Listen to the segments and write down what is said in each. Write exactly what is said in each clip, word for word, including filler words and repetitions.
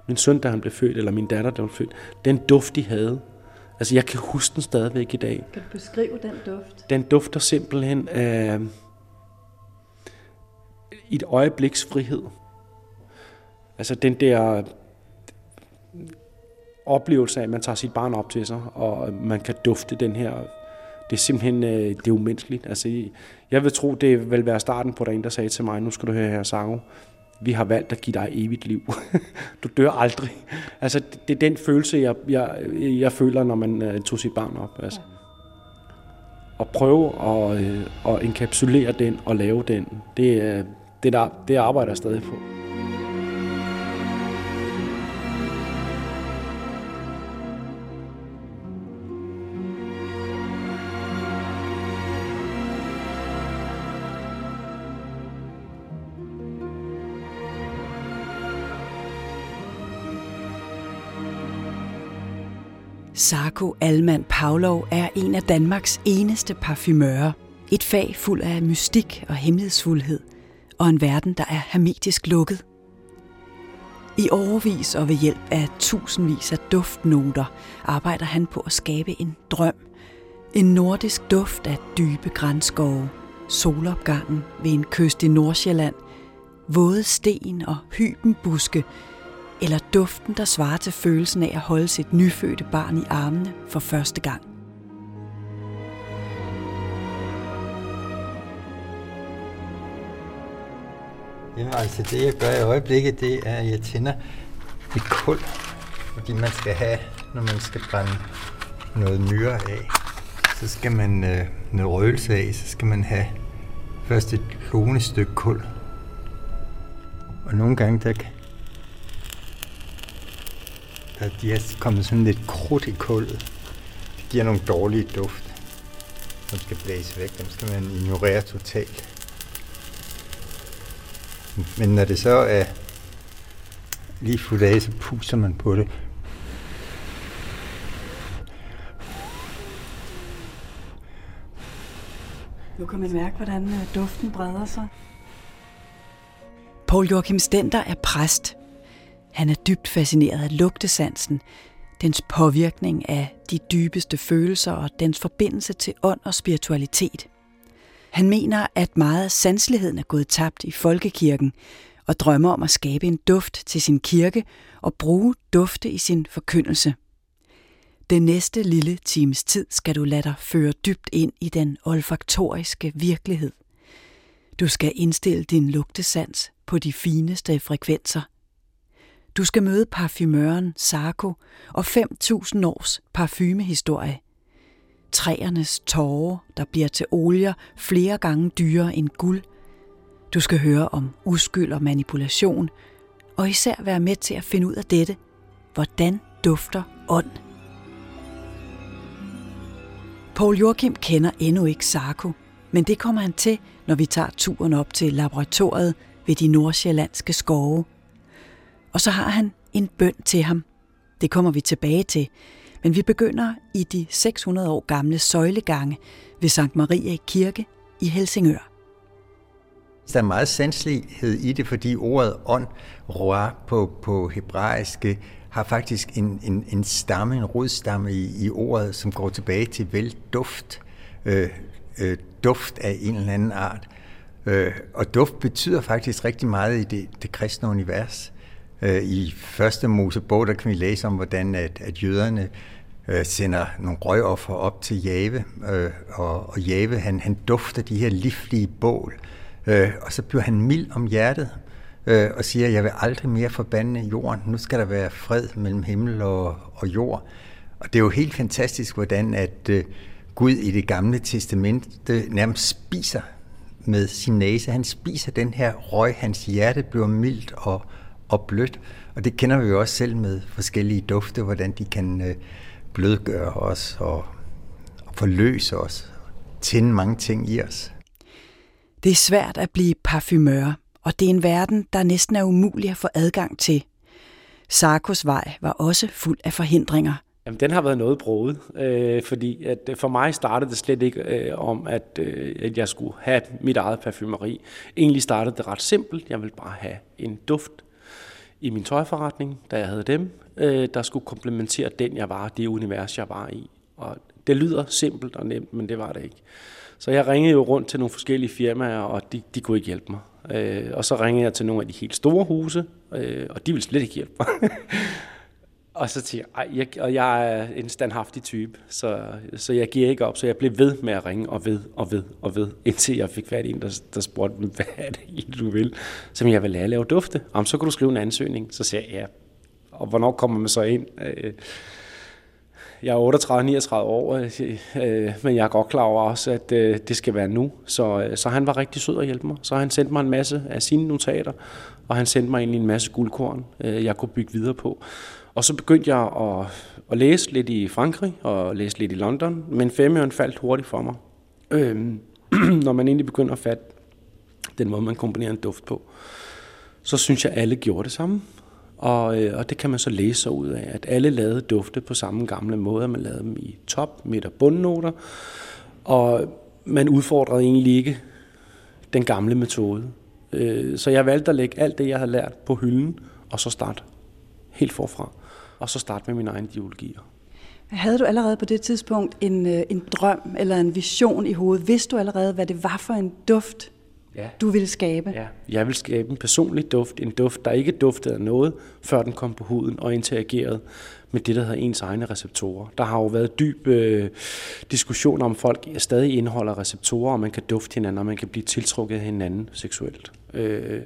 min søn, da han blev født, eller min datter, da hun blev født, den duft, de havde. Altså, jeg kan huske den stadigvæk i dag. Kan du beskrive den duft? Den dufter simpelthen af et øjebliks frihed. Altså, den der oplevelse af, at man tager sit barn op til sig, og man kan dufte den her. Det er simpelthen det er umenneskeligt. Altså, jeg vil tro, det vil være starten på, der en, der sagde til mig, nu skal du høre her, Sarko, vi har valgt at give dig evigt liv. Du dør aldrig. Altså, det er den følelse, jeg, jeg, jeg føler, når man tog sit barn op. Altså. At prøve at, at enkapsulere den og lave den, det, det, der, det arbejder jeg stadig på. Sarko Alman Pavlov er en af Danmarks eneste parfumører. Et fag fuld af mystik og hemmelighedsfuldhed, og en verden, der er hermetisk lukket. I årevis og ved hjælp af tusindvis af duftnoter arbejder han på at skabe en drøm. En nordisk duft af dybe granskove, solopgangen ved en kyst i Nordsjælland, våde sten og hybenbuske, eller duften, der svarer til følelsen af at holde sit nyfødte barn i armene for første gang. Ja, altså det jeg gør i øjeblikket, det er, at jeg tænder et kul, fordi man skal have, når man skal brænde noget myre af, så skal man øh, noget røgelse af, så skal man have først et lone stykke kul. Og nogle gange, der Der de er kommet sådan lidt krudt i kullet. Det giver nogle dårlige duft, som skal blæse væk. Dem skal man ignorere totalt. Men når det så er lige fuldt af, så puster man på det. Nu kan man mærke, hvordan duften breder sig. Poul Joachim Stender er præst. Han er dybt fascineret af lugtesansen, dens påvirkning af de dybeste følelser og dens forbindelse til ånd og spiritualitet. Han mener, at meget af sanseligheden er gået tabt i folkekirken, og drømmer om at skabe en duft til sin kirke og bruge dufte i sin forkyndelse. Den næste lille times tid skal du lade dig føre dybt ind i den olfaktoriske virkelighed. Du skal indstille din lugtesans på de fineste frekvenser. Du skal møde parfumøren Sarko og fem tusind års parfumehistorie. Træernes tårer, der bliver til olier flere gange dyrere end guld. Du skal høre om uskyld og manipulation, og især være med til at finde ud af dette. Hvordan dufter ånd? Poul Joachim kender endnu ikke Sarko, men det kommer han til, når vi tager turen op til laboratoriet ved de nordsjællandske skove. Og så har han en bøn til ham. Det kommer vi tilbage til, men vi begynder i de seks hundrede år gamle søjlegange ved Sankt Maria Kirke i Helsingør. Der er meget sanselighed i det, fordi ordet ånd, roa på, på hebraiske, har faktisk en, en, en stamme, en rodstamme i, i ordet, som går tilbage til vel duft. Øh, øh, duft af en eller anden art. Øh, og duft betyder faktisk rigtig meget i det, det kristne univers. Øh, I første Mosebog, der kan vi læse om, hvordan at, at jøderne øh, sender nogle røgoffer op til Jave, øh, og, og Jave, han, han dufter de her livlige bål, øh, og så bliver han mild om hjertet, øh, og siger, jeg vil aldrig mere forbande jorden, nu skal der være fred mellem himmel og, og jord. Og det er jo helt fantastisk, hvordan at øh, Gud i det gamle testamente nærmest spiser med sin næse. Han spiser den her røg, hans hjerte bliver mildt og, og blødt. Og det kender vi jo også selv med forskellige dufte, hvordan de kan øh, blødgøre os og, og forløse os, tænde mange ting i os. Det er svært at blive parfumør, og det er en verden, der næsten er umulig at få adgang til. Sarkos vej var også fuld af forhindringer. Jamen, den har været noget broget, øh, fordi at for mig startede det slet ikke øh, om, at, øh, at jeg skulle have mit eget parfumeri. Egentlig startede det ret simpelt. Jeg ville bare have en duft. i min tøjforretning, da jeg havde dem, øh, der skulle komplementere den, jeg var, det univers, jeg var i. Og det lyder simpelt og nemt, men det var det ikke. Så jeg ringede jo rundt til nogle forskellige firmaer, og de, de kunne ikke hjælpe mig. Øh, og så ringede jeg til nogle af de helt store huse, øh, og de ville slet ikke hjælpe mig. Og så siger jeg, jeg, og jeg er en standhaftig type, så, så jeg giver ikke op, så jeg blev ved med at ringe og ved og ved og ved, indtil jeg fik fat i en, der, der spurgte mig, hvad er det, du vil? Så jeg vil lære at lave dufte. Jamen, så kan du skrive en ansøgning. Så siger jeg, ja, og hvornår kommer man så ind? Jeg er otteogtredive niogtredive år, men jeg er godt klar over også, at det skal være nu. Så, så han var rigtig sød at hjælpe mig. Så han sendte mig en masse af sine notater, og han sendte mig egentlig en masse guldkorn, jeg kunne bygge videre på. Og så begyndte jeg at, at læse lidt i Frankrig og læse lidt i London, men Femøren faldt hurtigt for mig. Øhm, når man egentlig begynder at fatte den måde, man komponerer en duft på, så synes jeg, at alle gjorde det samme. Og, og det kan man så læse sig ud af, at alle lavede dufte på samme gamle måde. Man lavede dem i top, midt og bundnoter, og man udfordrede egentlig ikke den gamle metode. Øh, så jeg valgte at lægge alt det, jeg havde lært på hylden, og så starte helt forfra, og så starte med mine egne ideologier. Havde du allerede på det tidspunkt en, en drøm eller en vision i hovedet? Vidste du allerede, hvad det var for en duft, ja. du ville skabe? Ja, jeg ville skabe en personlig duft, en duft, der ikke duftede af noget, før den kom på huden og interagerede med det, der hedder ens egne receptorer. Der har jo været dyb øh, diskussion om, folk stadig indeholder receptorer, og man kan dufte hinanden, og man kan blive tiltrukket af hinanden seksuelt. Øh,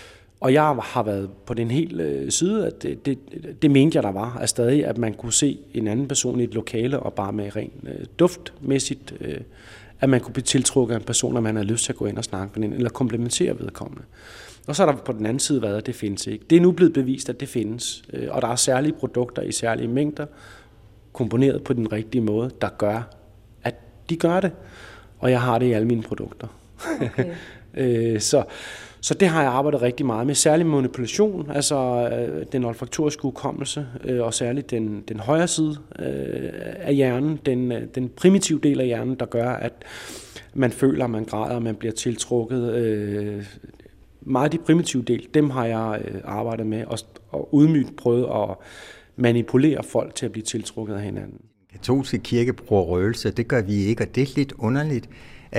Og jeg har været på den helt øh, side, at det, det, det mente jeg, der var, at stadig, at man kunne se en anden person i et lokale, og bare med ren øh, duftmæssigt, øh, at man kunne blive tiltrukket af en person, og man havde lyst til at gå ind og snakke med den, eller komplementere vedkommende. Og så har der på den anden side været, at det findes ikke. Det er nu blevet bevist, at det findes, øh, og der er særlige produkter i særlige mængder, komponeret på den rigtige måde, der gør, at de gør det. Og jeg har det i alle mine produkter. Okay. øh, så... Så det har jeg arbejdet rigtig meget med, særlig manipulation, altså øh, den olfaktoriske hukommelse, øh, og særligt den, den højre side øh, af hjernen, den, den primitive del af hjernen, der gør, at man føler, at man græder, og man bliver tiltrukket. Øh, meget de primitive del, dem har jeg øh, arbejdet med, og, og udmygt prøvet at manipulere folk til at blive tiltrukket af hinanden. Katolske kirke bruger røgelse, det gør vi ikke, og det er lidt underligt,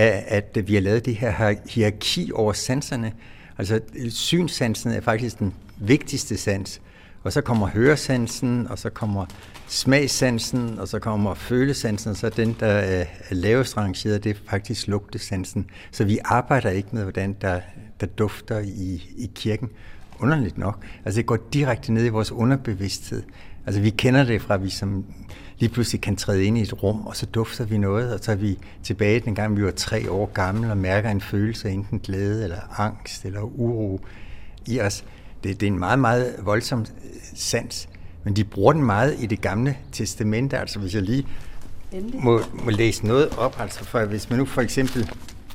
at vi har lavet det her hierarki over sanserne. Altså synssansen er faktisk den vigtigste sans, og så kommer høresansen, og så kommer smagssansen, og så kommer følesansen, og så den, der er lavest rangeret, det er faktisk lugtesansen. Så vi arbejder ikke med, hvordan der, der dufter i, i kirken. Underligt nok. Altså det går direkte ned i vores underbevidsthed. Altså vi kender det fra, at vi som lige pludselig kan træde ind i et rum, og så dufter vi noget, og så er vi tilbage dengang vi var tre år gamle, og mærker en følelse af enten glæde, eller angst, eller uro i os. Det, det er en meget, meget voldsom sans, men de bruger den meget i Det Gamle Testamente. Altså hvis jeg lige må, må læse noget op, altså for hvis man nu for eksempel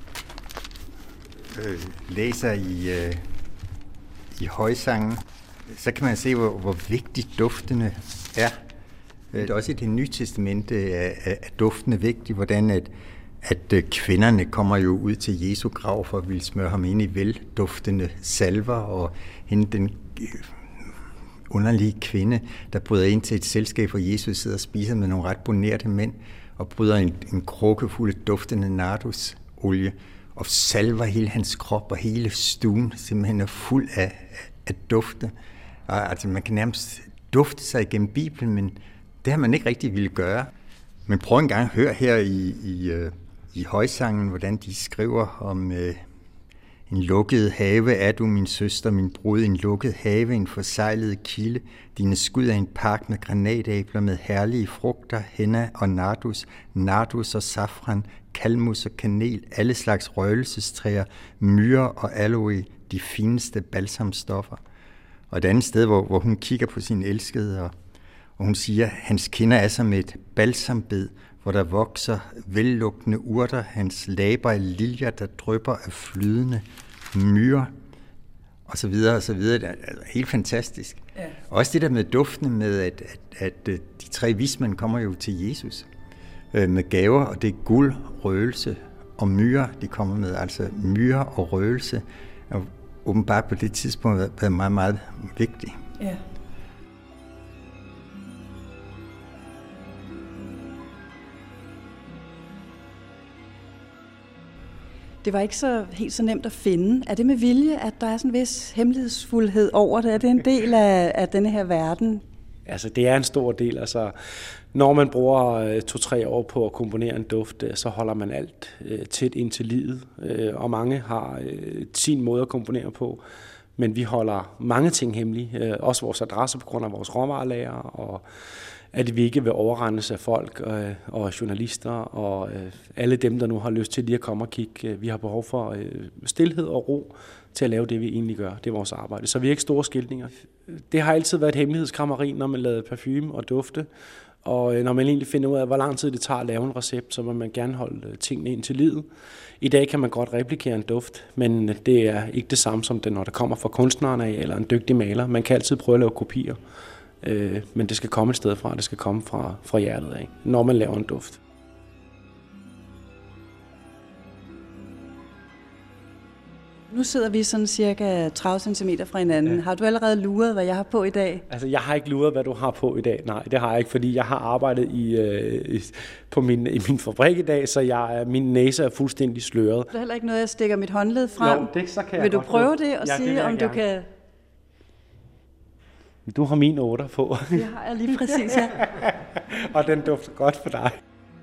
øh, læser i, øh, i højsangen, så kan man se, hvor, hvor vigtigt duftene er. Også i Det Nye Testamente er, er duftene vigtige, hvordan at, at kvinderne kommer jo ud til Jesu grav for at ville smøre ham ind i velduftende salver, og hende den underlige kvinde, der bryder ind til et selskab, hvor Jesus sidder og spiser med nogle ret bonerte mænd, og bryder en, en krukke fuld af duftende nardusolie, og salver hele hans krop, og hele stuen simpelthen er fuld af, af dufte. Og, altså man kan nærmest dufte sig igennem Bibelen, men det har man ikke rigtig ville gøre. Men prøv en gang at høre her i, i, uh, i højsangen, hvordan de skriver om uh, en lukket have er du, min søster, min brud, en lukket have, en forsejlet kilde. Dine skud er en park med granatæbler med herlige frugter, henna og nardus, nardus og safran, kalmus og kanel, alle slags røgelsestræer, myrer og aloe, de fineste balsamstoffer. Og et andet sted, hvor, hvor hun kigger på sin elskede, og Og hun siger, hans kinder er som et balsambed, hvor der vokser vellugtende urter, hans læber er liljer, der drypper af flydende myrer, og så videre, og så videre. Det er helt fantastisk. Ja. Også det der med duftene med, at, at, at de tre vismænd kommer jo til Jesus øh, med gaver, og det er guld, røgelse og myrer, de kommer med. Altså myrer og røgelse er åbenbart på det tidspunkt været meget, meget vigtigt. Ja. Det var ikke så helt så nemt at finde. Er det med vilje, at der er sådan en vis hemmelighedsfuldhed over det? Er det en del af, af denne her verden? Altså, det er en stor del. Altså, når man bruger to-tre år på at komponere en duft, så holder man alt øh, tæt ind til livet. Øh, og mange har øh, sin måde at komponere på. Men vi holder mange ting hemmelige. Øh, også vores adresse på grund af vores råvarelager, og at vi ikke vil overrendes af folk og, og journalister og øh, alle dem, der nu har lyst til lige at komme og kigge. Vi har behov for øh, stilhed og ro til at lave det, vi egentlig gør. Det er vores arbejde. Så vi er ikke store skiltninger. Det har altid været et hemmelighedskrammeri, når man lavede parfume og dufte. Og øh, når man egentlig finder ud af, hvor lang tid det tager at lave en recept, så vil man gerne holde tingene ind til livet. I dag kan man godt replikere en duft, men det er ikke det samme som det, når det kommer fra kunstneren af eller en dygtig maler. Man kan altid prøve at lave kopier. Øh, men det skal komme et sted fra, det skal komme fra, fra hjertet af, når man laver en duft. Nu sidder vi sådan cirka tredive centimeter fra hinanden. Ja. Har du allerede luret, hvad jeg har på i dag? Altså, jeg har ikke luret, hvad du har på i dag. Nej, det har jeg ikke, fordi jeg har arbejdet i, øh, på min, i min fabrik i dag, så jeg, min næse er fuldstændig sløret. Det er heller ikke noget, jeg stikker mit håndled frem. Jo, det, så kan jeg Vil du godt prøve på. det og ja, sige, det om du kan... Du har min otter på. Det har jeg lige præcis, ja. Og den dufter godt for dig.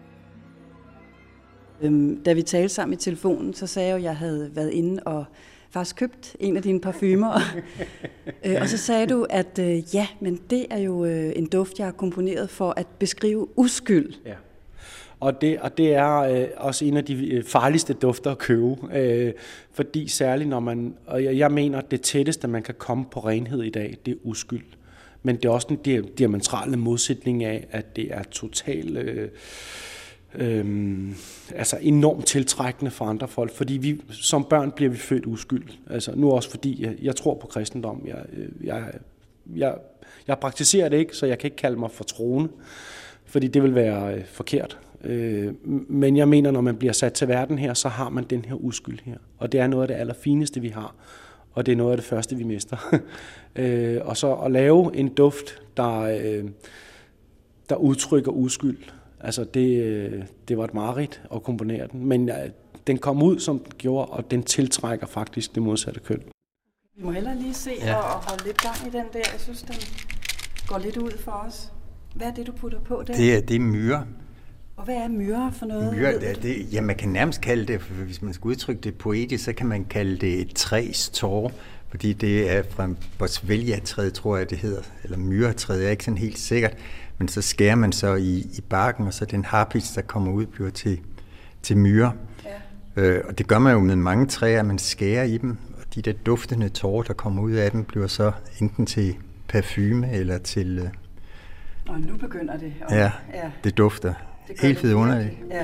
Øhm, da vi talte sammen i telefonen, så sagde jeg jo, at jeg havde været inde og faktisk købt en af dine parfumer. øh, og så sagde du, at øh, ja, men det er jo øh, en duft, jeg har komponeret for at beskrive uskyld. Ja. Og det, og det er øh, også en af de farligste dufter at købe, øh, fordi særligt når man, og jeg, jeg mener, at det tætteste, man kan komme på renhed i dag, det er uskyld. Men det er også den diametrale modsætning af, at det er totalt, øh, øh, altså enormt tiltrækkende for andre folk, fordi vi som børn bliver vi født uskyld. Altså nu også fordi, jeg, jeg tror på kristendom. Jeg, jeg, jeg, jeg praktiserer det ikke, så jeg kan ikke kalde mig for troende, fordi det vil være øh, forkert. Men jeg mener, når man bliver sat til verden her, så har man den her uskyld her. Og det er noget af det allerfineste, vi har. Og det er noget af det første, vi mister. Og så at lave en duft, der, der udtrykker uskyld. Altså det, det var et mareridt at komponere den. Men den kom ud, som den gjorde, og den tiltrækker faktisk det modsatte køn. Vi må hellere lige se ja. og holde lidt gang i den der. Jeg synes, den går lidt ud for os. Hvad er det, du putter på der? Det er, det er myre. Og hvad er myre for noget? Myre, det, er, det, ja, man kan nærmest kalde det, for hvis man skal udtrykke det poetisk, så kan man kalde det et træs tåre, fordi det er fra boswellia-træet, tror jeg det hedder, eller myretræet, jeg er ikke sådan helt sikkert, men så skærer man så i, i barken, og så den harpiks, der kommer ud, bliver til, til myre. Ja. Øh, og det gør man jo med mange træer, man skærer i dem, og de der duftende tårer, der kommer ud af dem, bliver så enten til parfume eller til... Øh, og nu begynder det. Og, ja, ja, det dufter. Det helt vidunderligt. Ja.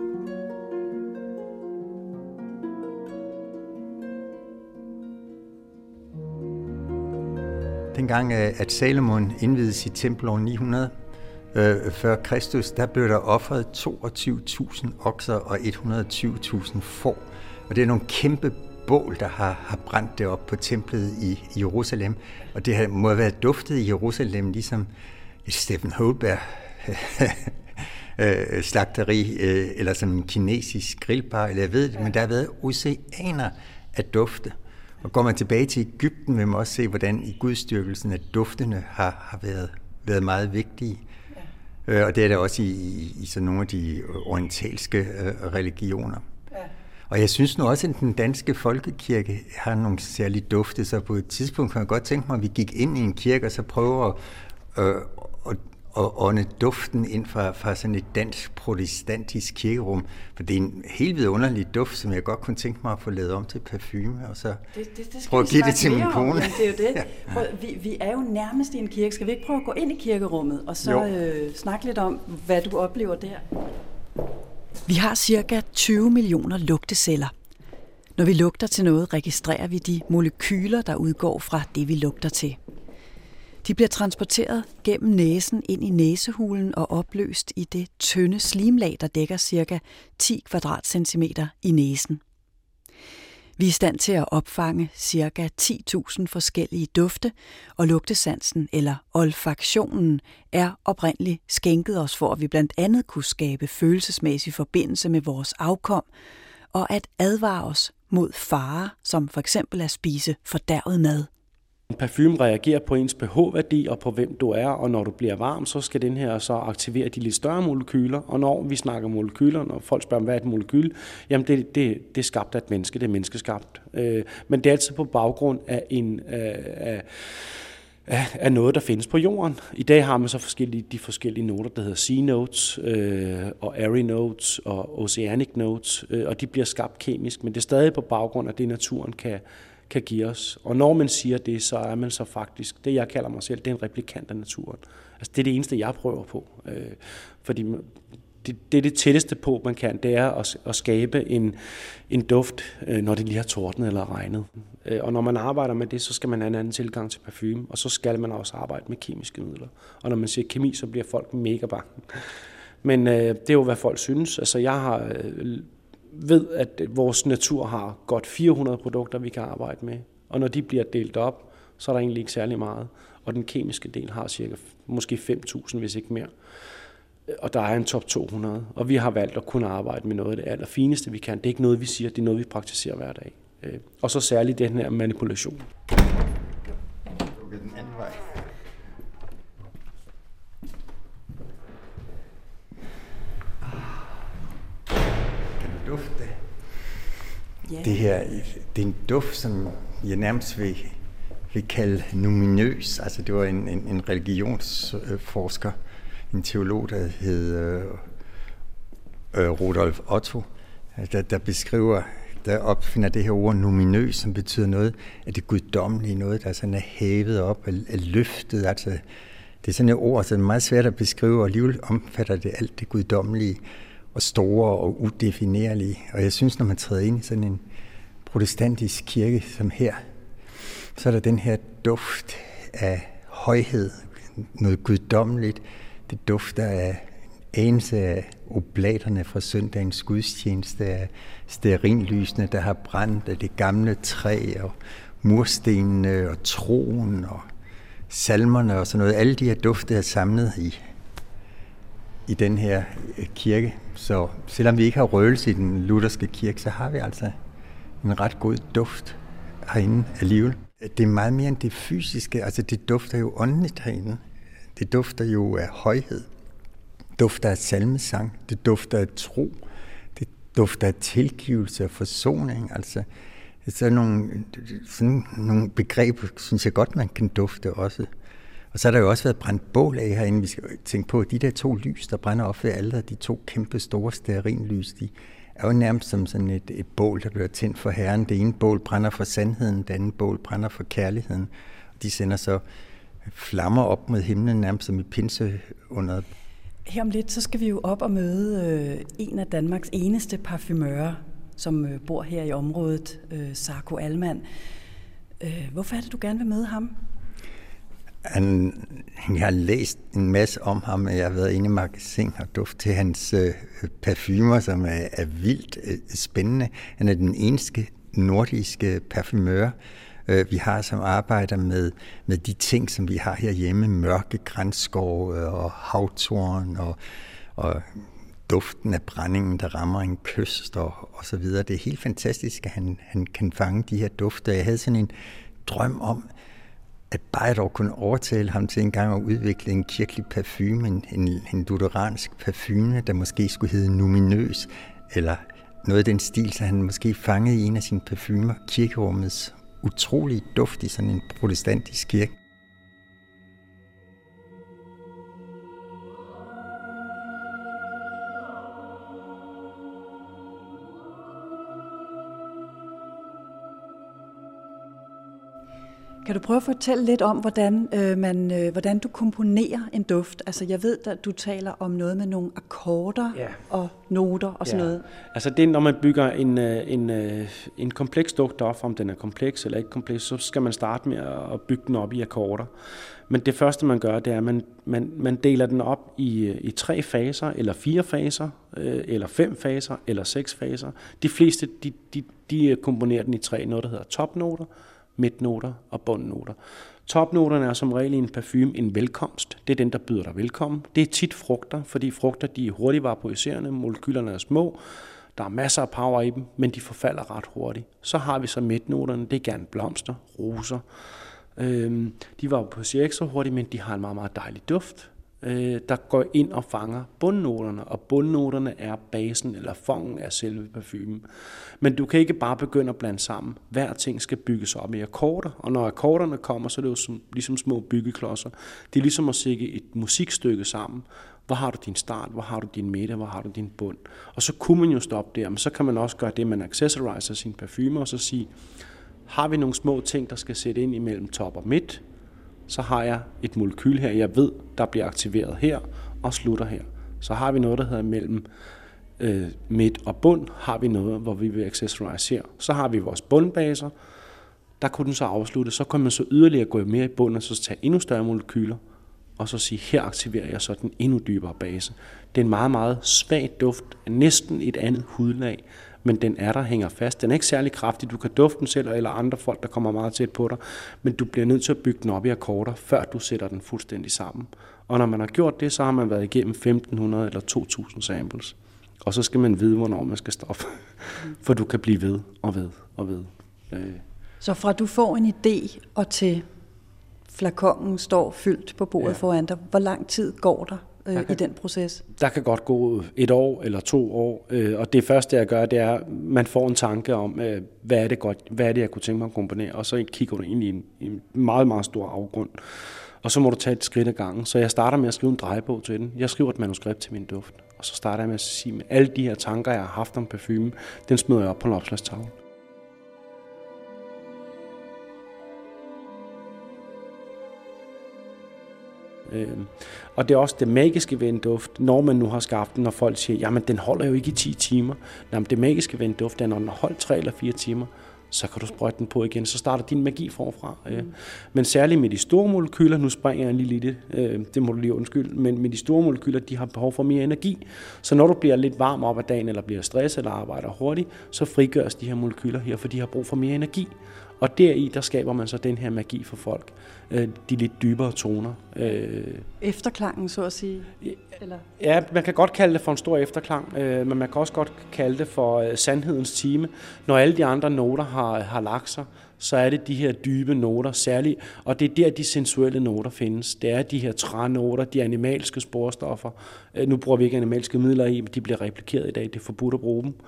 Dengang, at Salomon indvidede sit tempel år ni hundrede øh, før Kristus, der blev der offret toogtyve tusind okser og et hundrede og tyve tusind får. Og det er nogle kæmpe bål, der har, har brændt det op på templet i, i Jerusalem. Og det må have været duftet i Jerusalem, ligesom et Steffen Holberg Øh, slagteri, øh, eller sådan en kinesisk grillbar, eller jeg ved det, ja. Men der har været oceaner af dufte. Og går man tilbage til Egypten, vil man også se, hvordan i gudstyrkelsen, at duftene har, har været, været meget vigtige. Ja. Øh, og det er der også i, i, i sådan nogle af de orientalske øh, religioner. Ja. Og jeg synes nu også, at den danske folkekirke har nogle særlige dufte, så på et tidspunkt kan jeg godt tænke mig, at vi gik ind i en kirke, og så prøver at øh, og og ånde duften ind fra, fra sådan et dansk protestantisk kirkerum. For det er en helt vidunderlig duft, som jeg godt kunne tænke mig at få lavet om til parfume, og så det, det, det prøve at give det til min kone. Jamen, det er jo det. Prøv, vi, vi er jo nærmest i en kirke. Skal vi ikke prøve at gå ind i kirkerummet, og så øh, snakke lidt om, hvad du oplever der? Vi har cirka tyve millioner lugteceller. Når vi lugter til noget, registrerer vi de molekyler, der udgår fra det, vi lugter til. De bliver transporteret gennem næsen ind i næsehulen og opløst i det tynde slimlag, der dækker cirka ti kvadratcentimeter i næsen. Vi er i stand til at opfange ca. ti tusind forskellige dufte, og lugtesansen eller olfaktionen er oprindeligt skænket os for, at vi blandt andet kunne skabe følelsesmæssig forbindelse med vores afkom, og at advare os mod farer, som for eksempel at spise fordærvet mad. Parfume reagerer på ens pH-værdi og på hvem du er, og når du bliver varm, så skal den her så aktivere de lidt større molekyler, og når vi snakker molekyler, når folk spørger, hvad er et molekyl, jamen det, det, det er skabt af et menneske, det er menneskeskabt. Øh, men det er altid på baggrund af, en, af, af, af noget, der findes på jorden. I dag har man så forskellige, de forskellige noter, der hedder Sea Notes, øh, og Airy Notes, og Oceanic Notes, øh, og de bliver skabt kemisk, men det er stadig på baggrund af det, naturen kan kan give os. Og når man siger det, så er man så faktisk, det jeg kalder mig selv, det er en replikant af naturen. Altså det er det eneste, jeg prøver på. Øh, fordi det, det er det tætteste på, man kan, det er at, at skabe en, en duft, øh, når det lige har tordnet eller regnet. Øh, og når man arbejder med det, så skal man have en anden tilgang til parfume, og så skal man også arbejde med kemiske midler. Og når man siger kemi, så bliver folk mega bange. Men øh, det er jo, hvad folk synes. Altså jeg har øh, ved, at vores natur har godt fire hundrede produkter, vi kan arbejde med. Og når de bliver delt op, så er der egentlig ikke særlig meget. Og den kemiske del har cirka måske fem tusind, hvis ikke mere. Og der er en top to hundrede. Og vi har valgt at kunne arbejde med noget af det allerfineste, vi kan. Det er ikke noget, vi siger, det er noget, vi praktiserer hver dag. Og så særligt den her manipulation. Den anden vej. Dufte. Yeah. Det her, det er en duft, som jeg nærmest vil, vil kalde numinøs. Altså det var en, en, en religionsforsker, en teolog, der hed øh, øh, Rudolf Otto, der, der beskriver, der opfinder det her ord numinøs, som betyder noget af det guddommelige, noget, der sådan er hævet op, er, er løftet. Altså, det er sådan et ord, som er meget svært at beskrive, og alligevel omfatter det alt det guddommelige og store og udefinerlige. Og jeg synes, når man træder ind i sådan en protestantisk kirke som her, så er der den her duft af højhed, noget guddommeligt. Det dufter af anelse af oblaterne fra søndagens gudstjeneste, af stearinlysene, der har brændt, af det gamle træ og murstenene og troen og salmerne og sådan noget. Alle de her dufte er samlet i i den her kirke. Så selvom vi ikke har røgelse i den lutherske kirke, så har vi altså en ret god duft herinde alligevel. Det er meget mere end det fysiske, altså det dufter jo åndeligt herinde. Det dufter jo af højhed. Det dufter af salmesang. Det dufter af tro. Det dufter af tilgivelse og forsoning. Altså sådan nogle, sådan nogle begreber, synes jeg godt, man kan dufte også. Og så har der jo også været brændt bål af herinde. Vi skal tænke på, at de der to lys, der brænder op ved alderet, de to kæmpe store stearinlys, de er jo nærmest som sådan et, et bål, der bliver tændt for Herren. Det ene bål brænder for sandheden, det andet bål brænder for kærligheden. Og de sender så flammer op mod himlen, nærmest som i pinse under. Her om lidt, så skal vi jo op og møde øh, en af Danmarks eneste parfumører, som øh, bor her i området, øh, Sarko Alman. Øh, hvorfor er det, du gerne vil møde ham? Han, jeg har læst en masse om ham, og jeg har været inde i magasin og duft til hans øh, parfumer, som er, er vildt øh, spændende. Han er den eneste nordiske parfumør, øh, vi har, som arbejder med, med de ting, som vi har herhjemme. Mørke granskove og havtorn og, og duften af brændingen, der rammer en kyst og, og så videre. Det er helt fantastisk, at han, han kan fange de her dufter. Jeg havde sådan en drøm om, at bare jeg dog kunne overtale ham til en gang at udvikle en kirkelig parfume, en, en, en lutheransk parfume, der måske skulle hedde numinøs, eller noget af den stil, så han måske fangede i en af sine parfumer kirkerummets utrolige duft i sådan en protestantisk kirke. Kan du prøve at fortælle lidt om, hvordan, øh, man, øh, hvordan du komponerer en duft? Altså, jeg ved, at du taler om noget med nogle akkorder ja. og noter og sådan ja. noget. Altså, det er, når man bygger en, en, en kompleks duft op, om den er kompleks eller ikke kompleks, så skal man starte med at bygge den op i akkorder. Men det første, man gør, det er, at man, man, man deler den op i, i tre faser, eller fire faser, øh, eller fem faser, eller seks faser. De fleste, de, de, de komponerer den i tre, noget der hedder topnoter, midtnoter og bundnoter. Topnoterne er som regel i en parfume en velkomst. Det er den, der byder dig velkommen. Det er tit frugter, fordi frugter de er hurtigt vaporiserende, molekylerne er små, der er masser af power i dem, men de forfalder ret hurtigt. Så har vi så midtnoterne, det er gerne blomster, roser. Øhm, de vaporiserer ikke så hurtigt, men de har en meget, meget dejlig duft, øh, der går ind og fanger bundnoterne, og bundnoterne er basen eller fongen af selve parfumen. Men du kan ikke bare begynde at blande sammen. Hver ting skal bygges op i akkorder, og når akkorderne kommer, så er det jo som, ligesom små byggeklodser. Det er ligesom at sætte et musikstykke sammen. Hvor har du din start, hvor har du din midte, hvor har du din bund. Og så kunne man jo stoppe der, men så kan man også gøre det, man accessoriser sin parfume, og så sige, har vi nogle små ting, der skal sætte ind imellem top og midt, så har jeg et molekyl her, jeg ved, der bliver aktiveret her og slutter her. Så har vi noget, der hedder mellem øh, midt og bund, har vi noget, hvor vi vil accessorise her. Så har vi vores bundbaser, der kunne den så afslutte, så kan man så yderligere gå mere i bunden, og så tage endnu større molekyler, og så sige, her aktiverer jeg så den endnu dybere base. Det er en meget, meget svag duft, næsten et andet hudlag, men den er der, hænger fast. Den er ikke særlig kraftig, du kan dufte den selv, eller andre folk, der kommer meget tæt på dig, men du bliver nødt til at bygge den op i akkorder, før du sætter den fuldstændig sammen. Og når man har gjort det, så har man været igennem femten hundrede eller to tusind samples. Og så skal man vide, hvornår man skal stoppe, for du kan blive ved og ved og ved. Så fra du får en idé, og til flakongen står fyldt på bordet ja. foran dig, hvor lang tid går der? Kan, i den proces? Der kan godt gå et år eller to år, og det første jeg gør, det er, at man får en tanke om, hvad er det, godt, hvad er det jeg kunne tænke mig at komponere, og så kigger du ind i en, en meget, meget stor afgrund, og så må du tage et skridt ad gangen. Så jeg starter med at skrive en drejebog til den. Jeg skriver et manuskript til min duft, og så starter jeg med at sige, med alle de her tanker, jeg har haft om parfume, den smider jeg op på en opslagstavle. Øhm, og det er også det magiske ved en duft, når man nu har skabt den, når folk siger, jamen den holder jo ikke i ti timer. Jamen det magiske ved en duft er, når den har holdt tre eller fire timer, så kan du sprøjte den på igen, så starter din magi forfra. Mm. Øh. Men særligt med de store molekyler, nu springer jeg lige lidt, øh, det må du lige undskylde, men med de store molekyler, de har behov for mere energi. Så når du bliver lidt varm op ad dagen, eller bliver stresset, eller arbejder hurtigt, så frigøres de her molekyler her, for de har brug for mere energi. Og deri, der skaber man så den her magi for folk. De lidt dybere toner. Efterklangen, så at sige? Eller? Ja, man kan godt kalde det for en stor efterklang, men man kan også godt kalde det for sandhedens time. Når alle de andre noter har, har lagt sig, så er det de her dybe noter særligt, og det er der, de sensuelle noter findes. Det er de her trænoter, de animalske sporstoffer. Nu bruger vi ikke animalske midler i, men de bliver replikeret i dag. Det er forbudt at bruge dem.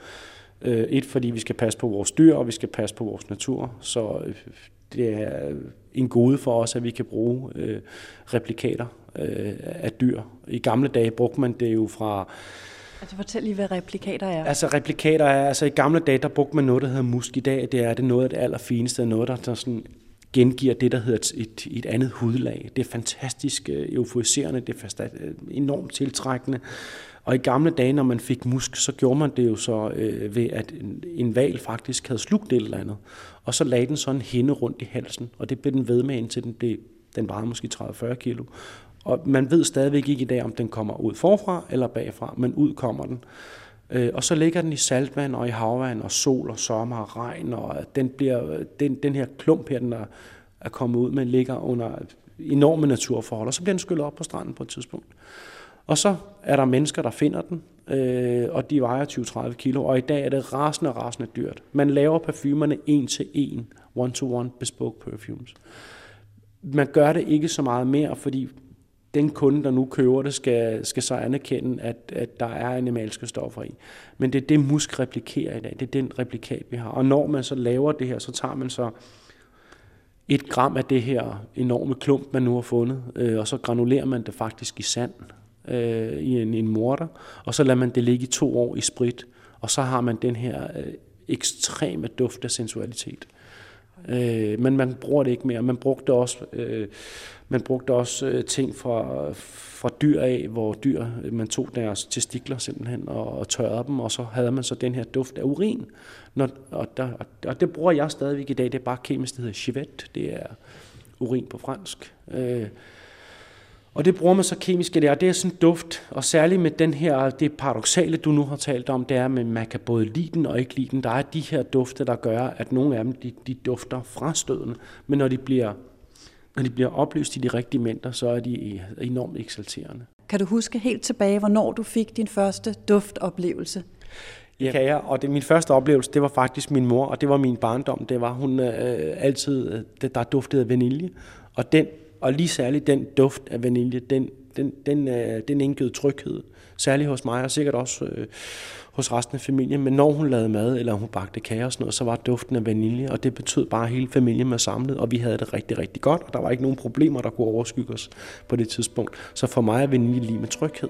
Et, fordi vi skal passe på vores dyr, og vi skal passe på vores natur. Så det er en gode for os, at vi kan bruge øh, replikater øh, af dyr. I gamle dage brugte man det jo fra... Altså fortæl lige, hvad replikater er. Altså replikater er... Altså i gamle dage, der brugte man noget, der hedder musk. I dag det er det noget af det allerfineste, noget, der, der sådan gengiver det, der hedder et, et, et andet hudlag. Det er fantastisk øh, euforiserende, det er fast, øh, enormt tiltrækkende. Og i gamle dage, når man fik musk, så gjorde man det jo så øh, ved, at en, en hval faktisk havde slugt et eller andet. Og så lagde den sådan en hinde rundt i halsen, og det blev den ved med, indtil den, blev, den vejede måske tredive til fyrre kilo. Og man ved stadigvæk ikke i dag, om den kommer ud forfra eller bagfra, men ud kommer den. Øh, og så ligger den i saltvand og i havvand og sol og sommer og regn, og den, bliver, den, den her klump her, den er, er kommet ud, men ligger under enorme naturforhold, og så bliver den skyllet op på stranden på et tidspunkt. Og så er der mennesker, der finder den, øh, og de vejer tyve til tredive kilo, og i dag er det rasende, rasende dyrt. Man laver parfumerne en til en, one-to-one bespoke perfumes. Man gør det ikke så meget mere, fordi den kunde, der nu køber det, skal, skal så anerkende, at, at der er animalske stoffer i. Men det er det, musk replikerer i dag. Det er den replikat, vi har. Og når man så laver det her, så tager man så et gram af det her enorme klump, man nu har fundet, øh, og så granulerer man det faktisk i sand, øh, i en, en morter, og så lader man det ligge i to år i sprit, og så har man den her øh, ekstreme duft af sensualitet. øh, men man bruger det ikke mere. Man brugte også, øh, man brugte også øh, ting fra, fra dyr af, hvor dyr, man tog deres testikler simpelthen og, og tørrede dem, og så havde man så den her duft af urin. Når, og, der, og det bruger jeg stadigvæk i dag. Det er bare kemisk, det hedder Chivette. Det er urin på fransk. Øh, Og det bruger man så kemisk i det, og det er sådan en duft, og særligt med den her, det paradoksale, du nu har talt om, det er, at man kan både lide den og ikke lide den. Der er de her dufte, der gør, at nogle af dem, de, de dufter frastødende, men når de bliver, når de bliver opløst i de rigtige mængder, så er de enormt eksalterende. Kan du huske helt tilbage, hvornår du fik din første duftoplevelse? Ja, kan jeg, og det, min første oplevelse, det var faktisk min mor, og det var min barndom. Det var hun øh, altid, det, der duftede af vanilje, og den Og lige særligt den duft af vanilje, den, den, den, den indgød tryghed. Særligt hos mig, og sikkert også øh, hos resten af familien. Men når hun lavede mad, eller hun bagte kage og sådan noget, så var duften af vanilje, og det betød bare, at hele familien var samlet, og vi havde det rigtig, rigtig godt, og der var ikke nogen problemer, der kunne overskygge os på det tidspunkt. Så for mig er vanilje lige med tryghed.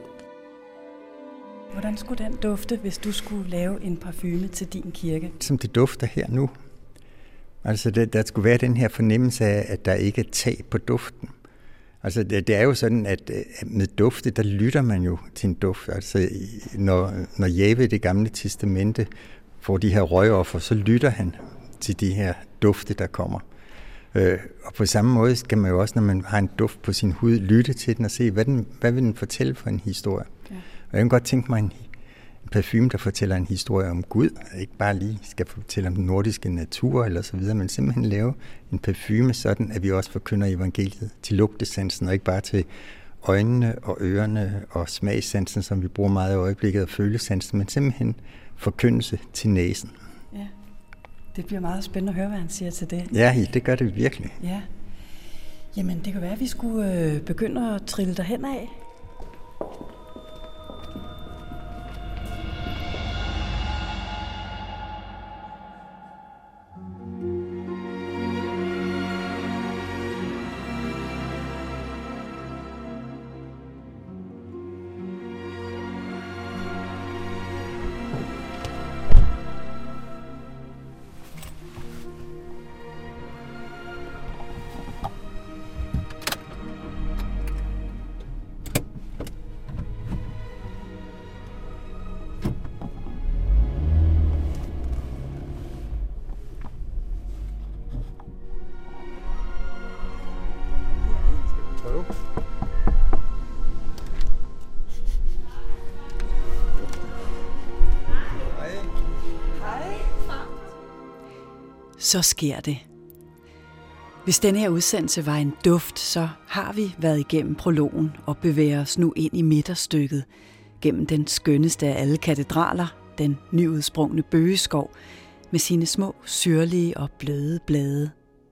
Hvordan skulle den dufte, hvis du skulle lave en parfume til din kirke? Som det dufter her nu. Altså, det, der skulle være den her fornemmelse af, at der ikke er tag på duften. Altså, det, det er jo sådan, at, at med dufte, der lytter man jo til en duft. Altså, når, når Jave i Det Gamle Testamente får de her røgoffer, så lytter han til de her dufte, der kommer. Øh, og på samme måde skal man jo også, når man har en duft på sin hud, lytte til den og se, hvad, den, hvad vil den fortælle for en historie. Ja. Og jeg kan godt tænke mig en En parfume, der fortæller en historie om Gud, ikke bare lige skal fortælle om den nordiske natur eller så videre, men simpelthen lave en parfume sådan, at vi også forkynder evangeliet til lugtesansen, og ikke bare til øjnene og ørerne og smagssansen, som vi bruger meget i øjeblikket, og følesansen, men simpelthen forkyndelse til næsen. Ja, det bliver meget spændende at høre, hvad han siger til det. Ja, det gør det virkelig. Ja. Jamen, det kan være, at vi skulle øh, begynde at trille derhen af. Så sker det. Hvis denne her udsendelse var en duft, så har vi været igennem prologen og bevæger os nu ind i midterstykket, gennem den skønneste af alle katedraler, den nyudsprungne bøgeskov, med sine små, syrlige og bløde blade.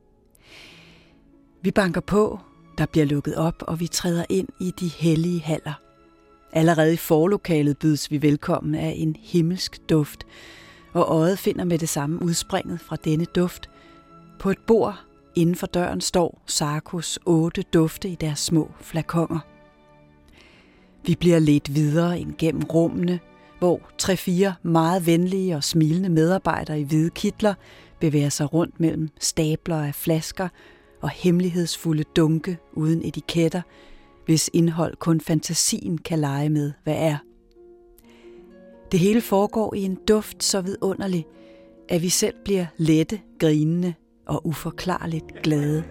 Vi banker på, der bliver lukket op, og vi træder ind i de hellige haller. Allerede i forlokalet bydes vi velkommen af en himmelsk duft, og øjet finder med det samme udspringet fra denne duft. På et bord inden for døren står Sarkos otte dufte i deres små flakoner. Vi bliver ledt videre ind gennem rummene, hvor tre-fire meget venlige og smilende medarbejdere i hvide kitler bevæger sig rundt mellem stabler af flasker og hemmelighedsfulde dunke uden etiketter, hvis indhold kun fantasien kan lege med, hvad er. Det hele foregår i en duft så vidunderlig, at vi selv bliver lette, grinende og uforklarligt glade.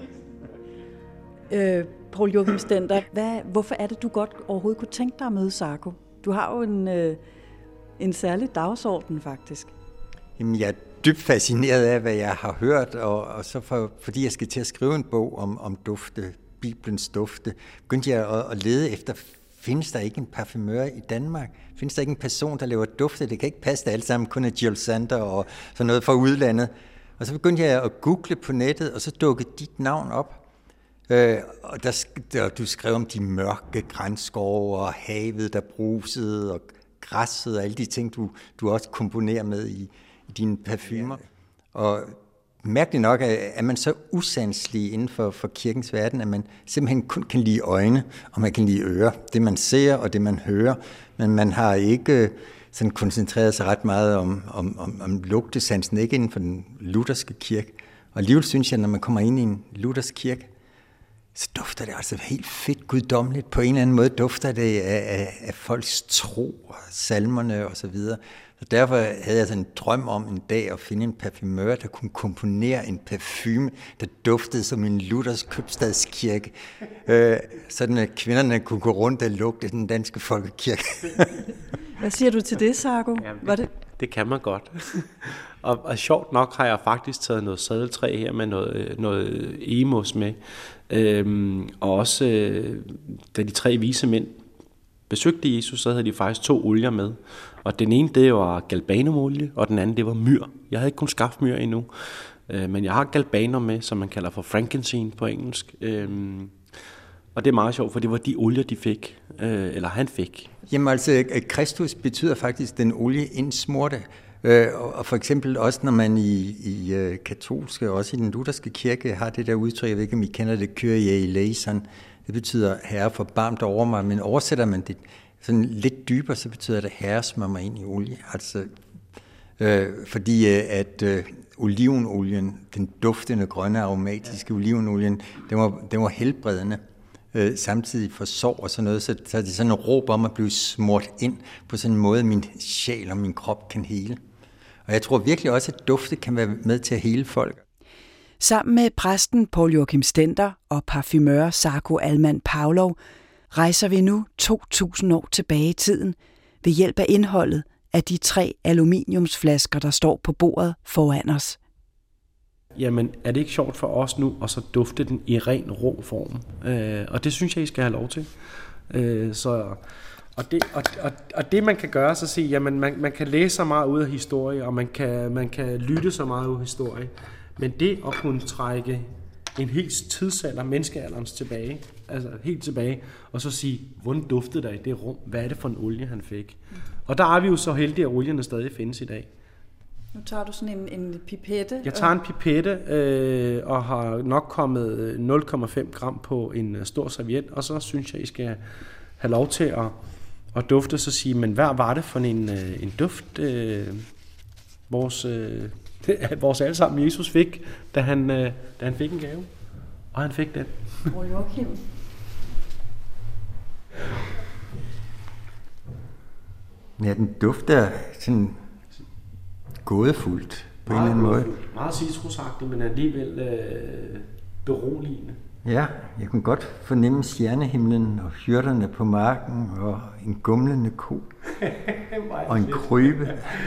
øh, Poul Joachim Stender, hvad, hvorfor er det, du godt overhovedet kunne tænke dig at møde Sarko? Du har jo en, øh, en særlig dagsorden, faktisk. Jamen, jeg er dybt fascineret af, hvad jeg har hørt, og, og så for, fordi jeg skal til at skrive en bog om, om dufte, Bibelens dufte, begyndte jeg at, at lede efter, findes der ikke en parfumør i Danmark? Findes der ikke en person, der laver dufte? Det kan ikke passe, at alle sammen kun er Jill Sander og sådan noget fra udlandet. Og så begyndte jeg at google på nettet, og så dukkede dit navn op. Øh, og der, der, du skrev om de mørke grænskove og havet, der brusede, og græsset og alle de ting, du, du også komponerer med i, i dine parfumer. Og mærkeligt nok er man så usandslig inden for, for kirkens verden, at man simpelthen kun kan lide øjne, og man kan lide ører. Det man ser og det man hører, men man har ikke sådan koncentreret sig ret meget om, om, om, om lugtesansen, ikke inden for den lutherske kirke. Og alligevel synes jeg, når man kommer ind i en luthersk kirke, så dufter det altså helt fedt guddommeligt. På en eller anden måde dufter det af, af, af folks tro og salmerne og så videre. Så derfor havde jeg sådan en drøm om en dag at finde en parfumør, der kunne komponere en parfume, der duftede som en luthersk købstadskirke. Øh, sådan at kvinderne kunne gå rundt og lugte den danske folkekirke. Hvad siger du til det, Sarko? Jamen, det, Var det? det kan man godt. og, og sjovt nok har jeg faktisk taget noget sadeltræ her med noget, noget emos med. Øhm, og også, øh, da de tre vise mænd besøgte Jesus, så havde de faktisk to olier med. Og den ene, det var galbanum-olie, og den anden, det var myr. Jeg havde ikke kun skaffet myr endnu, øh, men jeg har galbanum med, som man kalder for frankincense på engelsk. Øhm, og det er meget sjovt, for det var de olier, de fik, øh, eller han fik. Jamen altså, Kristus betyder faktisk den olie indsmurte. Øh, og for eksempel også, når man i, i øh, katolske, også i den lutherske kirke, har det der udtryk, jeg ved ikke, om I kender det, Kyrie eleison. Det betyder, herre forbarmt over mig, men oversætter man det sådan lidt dybere, så betyder det, herre smør mig ind i olie. Altså, øh, fordi øh, at øh, olivenolien, den duftende, grønne, aromatiske olivenolien, den var, den var helbredende. Øh, samtidig for sorg og sådan noget, så, så er det sådan en råb om at blive smurt ind på sådan en måde, at min sjæl og min krop kan hele. Og jeg tror virkelig også, at dufte kan være med til at hele folk. Sammen med præsten Poul Joachim Stender og parfumør Sarko Alman Pavlov rejser vi nu to tusind år tilbage i tiden ved hjælp af indholdet af de tre aluminiumsflasker, der står på bordet foran os. Jamen, er det ikke sjovt for os nu at så dufte den i ren rå form? Øh, og det synes jeg, I skal have lov til. Øh, så, og, det, og, og, og det man kan gøre, så sige, jamen man, man kan læse så meget ud af historie, og man kan, man kan lytte så meget ud af historie. Men det at kunne trække en helt tidsalder, menneskealderens tilbage, altså helt tilbage, og så sige, hvordan duftede der i det rum? Hvad er det for en olie, han fik? Og der er vi jo så heldige, at olierne stadig findes i dag. Nu tager du sådan en, en pipette. Jeg tager en pipette øh, og har nok kommet nul komma fem gram på en stor serviet, og så synes jeg, I skal have lov til at, at dufte, så sige, men hvad var det for en, en duft, øh, vores, øh, vores allesammen Jesus fik, da han, øh, da han fik en gave? Og han fik den. Poul Joachim. Ja, den dufter sådan gådefuldt på meget en eller anden måde. Meget citrusagtig, men alligevel øh, beroligende. Ja, jeg kunne godt fornemme stjernehimlen og hyrderne på marken og en gumlende ko og en krybe.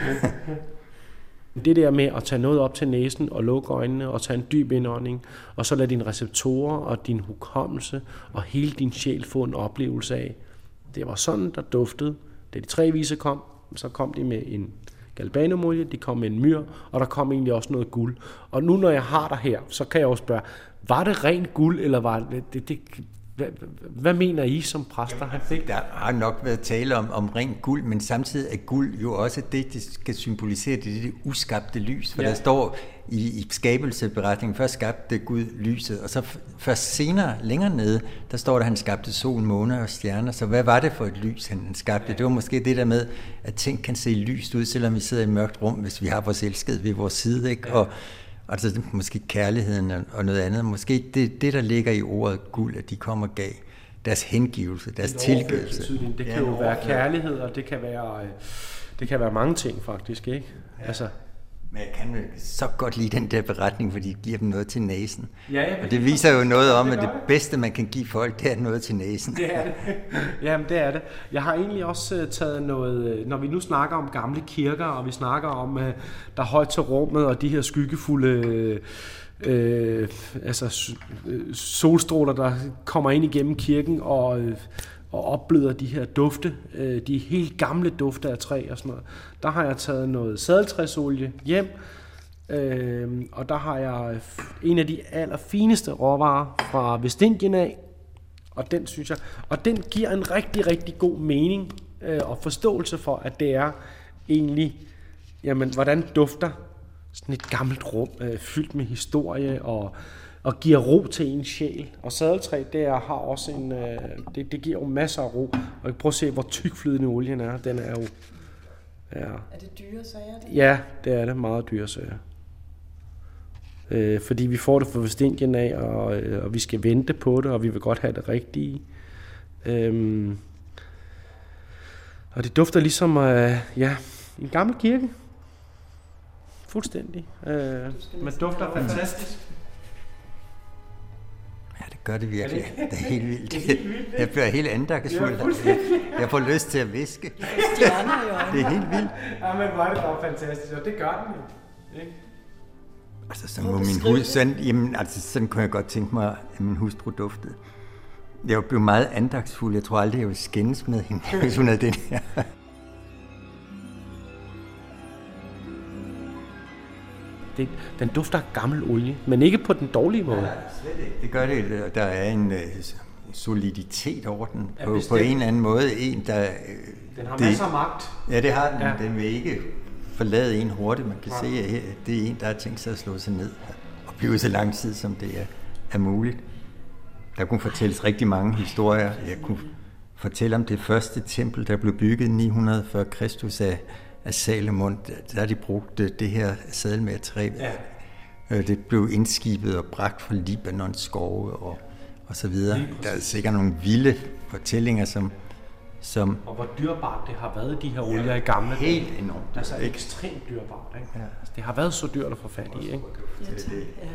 Det der med at tage noget op til næsen og lukke øjnene og tage en dyb indånding, og så lade dine receptorer og din hukommelse og hele din sjæl få en oplevelse af. Det var sådan, der duftede. Da de tre vise kom, så kom de med en galbanum-olie, de kom med en myr, og der kom egentlig også noget guld. Og nu når jeg har dig her, så kan jeg jo spørge, var det rent guld, eller var det... det, det hvad, hvad mener I som præster, han fik? Der har nok været tale om, om rent guld, men samtidig er guld jo også det, det skal symbolisere, det er det uskabte lys. For ja. Der står i, i skabelseberetningen, først skabte Gud lyset, og så først senere, længere nede, der står der, at han skabte sol, måne og stjerner. Så hvad var det for et lys, han skabte? Det var måske det der med, at ting kan se lyst ud, selvom vi sidder i et mørkt rum, hvis vi har vores elskede ved vores side, ikke? Og altså måske kærligheden og noget andet. Måske det, det der ligger i ordet guld, at de kommer og gav deres hengivelse, deres tilgivelse. Det kan jo ja, være kærlighed, og det kan være, det kan være mange ting faktisk, ikke? Ja. Altså. Men jeg kan så godt lide den der beretning, fordi det giver dem noget til næsen. Ja, ja, og det viser jo noget om, at det bedste, man kan give folk, det er noget til næsen. Det er det. Jamen, det er det. Jeg har egentlig også taget noget, når vi nu snakker om gamle kirker, og vi snakker om, der er højt til rummet, og de her skyggefulde øh, altså, solstråler, der kommer ind igennem kirken, og og opbløder de her dufte, de helt gamle dufte af træ og sådan noget. Der har jeg taget noget sadeltræsolie hjem, og der har jeg en af de allerfineste råvarer fra Vestindien af, og den synes jeg, og den giver en rigtig, rigtig god mening og forståelse for, at det er egentlig, jamen, hvordan dufter sådan et gammelt rum, fyldt med historie og og giver ro til en sjæl. Og sadeltræ, det er, har også en, øh, det, det giver jo masser af ro. Og prøv at se, hvor tykflydende olien er. Den er jo... Ja. Er det dyre sager? Det? Ja, det er det. Meget dyre sager. Øh, fordi vi får det fra Vestindien af, og, og vi skal vente på det, og vi vil godt have det rigtige. Øh, og det dufter ligesom øh, ja, en gammel kirke. Fuldstændig. Øh, men dufter fantastisk. Ja, det gør det virkelig. Det er helt vildt. Det er helt vildt. Jeg bliver helt andagtsfuld. Jeg får lyst til at viske. Det er helt vildt. Ja, men hvor er det bare fantastisk, og det gør den jo. Ikke? Altså, så må min hus, sådan, jamen, altså, sådan kunne jeg godt tænke mig, at min hustru duftede. Jeg blev meget andagsfuld. Jeg tror aldrig, jeg ville skændes med hende, hvis hun havde den her. Det, den dufter af gammel olie, men ikke på den dårlige måde. Ja, slet ikke. Det gør det. Der er en uh, soliditet over den, på, ja, på en eller anden måde. En, der, uh, den har det, masser af magt. Ja, det har den. Ja. Den vil ikke forlade en hurtigt. Man kan ja. se, at det er en, der har tænkt sig at slå sig ned og blive så lang tid, som det er, er muligt. Der kunne fortælles rigtig mange historier. Jeg kunne fortælle om det første tempel, der blev bygget ni hundrede før Kristus af af Salomon. Der har de brugt det her sadelmagertræ. Ja. Det blev indskibet og bragt fra Libanons skove og, og så videre. Der er sikkert nogle vilde fortællinger, som... som og hvor dyrebart det har været, de her olier ja, i gamle dage. Helt enormt. Altså ekstremt dyrebart. Ikke? Ja. Altså, det har været så dyrt at få fat i. Ikke? Ja, tak. Ja.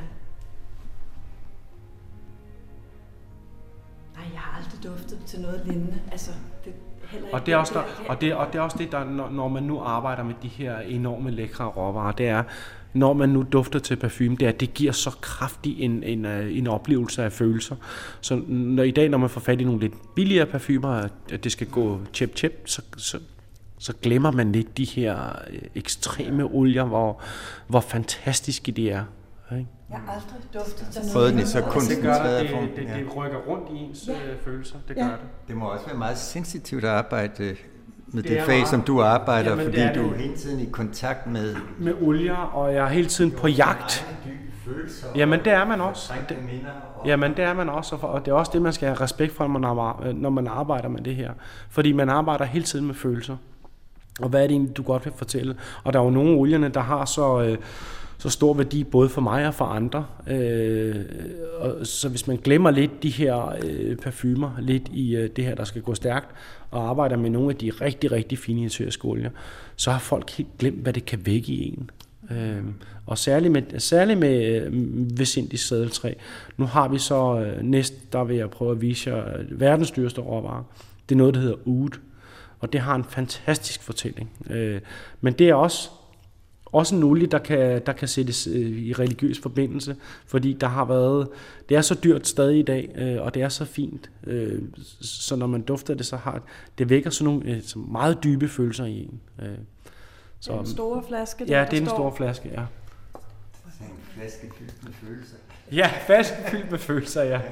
Nej, jeg har aldrig duftet til noget lignende. Altså, det Og det, er også der, og, det, og det er også det, der, når, når man nu arbejder med de her enorme lækre råvarer, det er, når man nu dufter til parfume, det er, at det giver så kraftig en, en, en oplevelse af følelser. Så når, i dag, når man får fat i nogle lidt billigere parfumer, at det skal gå tjep-tjep, så, så, så glemmer man lidt de her ekstreme olier, hvor, hvor fantastiske de er. Ikke? Jeg har aldrig duftet til noget. Prøvede den i så koncentreret form. Det, det, det, det rykker rundt i ens ja. følelser, det ja. gør det. Det må også være meget sensitivt at arbejde med det, det fag, meget, som du arbejder, jamen, fordi er du er hele tiden i kontakt med... Med olier, og jeg er hele tiden på jagt. Jamen det er man også. Det, jamen det er man også, og det er også det, man skal have respekt for, når man arbejder med det her. Fordi man arbejder hele tiden med følelser. Og hvad er det egentlig, du godt vil fortælle? Og der er jo nogle olierne, der har så... Øh, så stor værdi både for mig og for andre. Øh, og så hvis man glemmer lidt de her øh, parfumer, lidt i øh, det her, der skal gå stærkt, og arbejder med nogle af de rigtig, rigtig fine eteriske olier, så har folk helt glemt, hvad det kan vække i en. Øh, og særligt med, særligt med øh, Vesindis sadeltræ. Nu har vi så øh, næst, der vil jeg prøve at vise jer øh, verdens dyreste råvare. Det er noget, der hedder oud, og det har en fantastisk fortælling. Øh, men det er også Også en olie, der kan, der kan sættes øh, i religiøs forbindelse, fordi der har været, det er så dyrt stadig i dag, øh, og det er så fint, øh, så når man dufter det, så har det vækker sådan nogle øh, så meget dybe følelser i en. Øh, så, den store flaske? Ja, det er den store flaske, ja. En flaske fyldt med følelser. Ja, flaske fyldt med følelser, ja.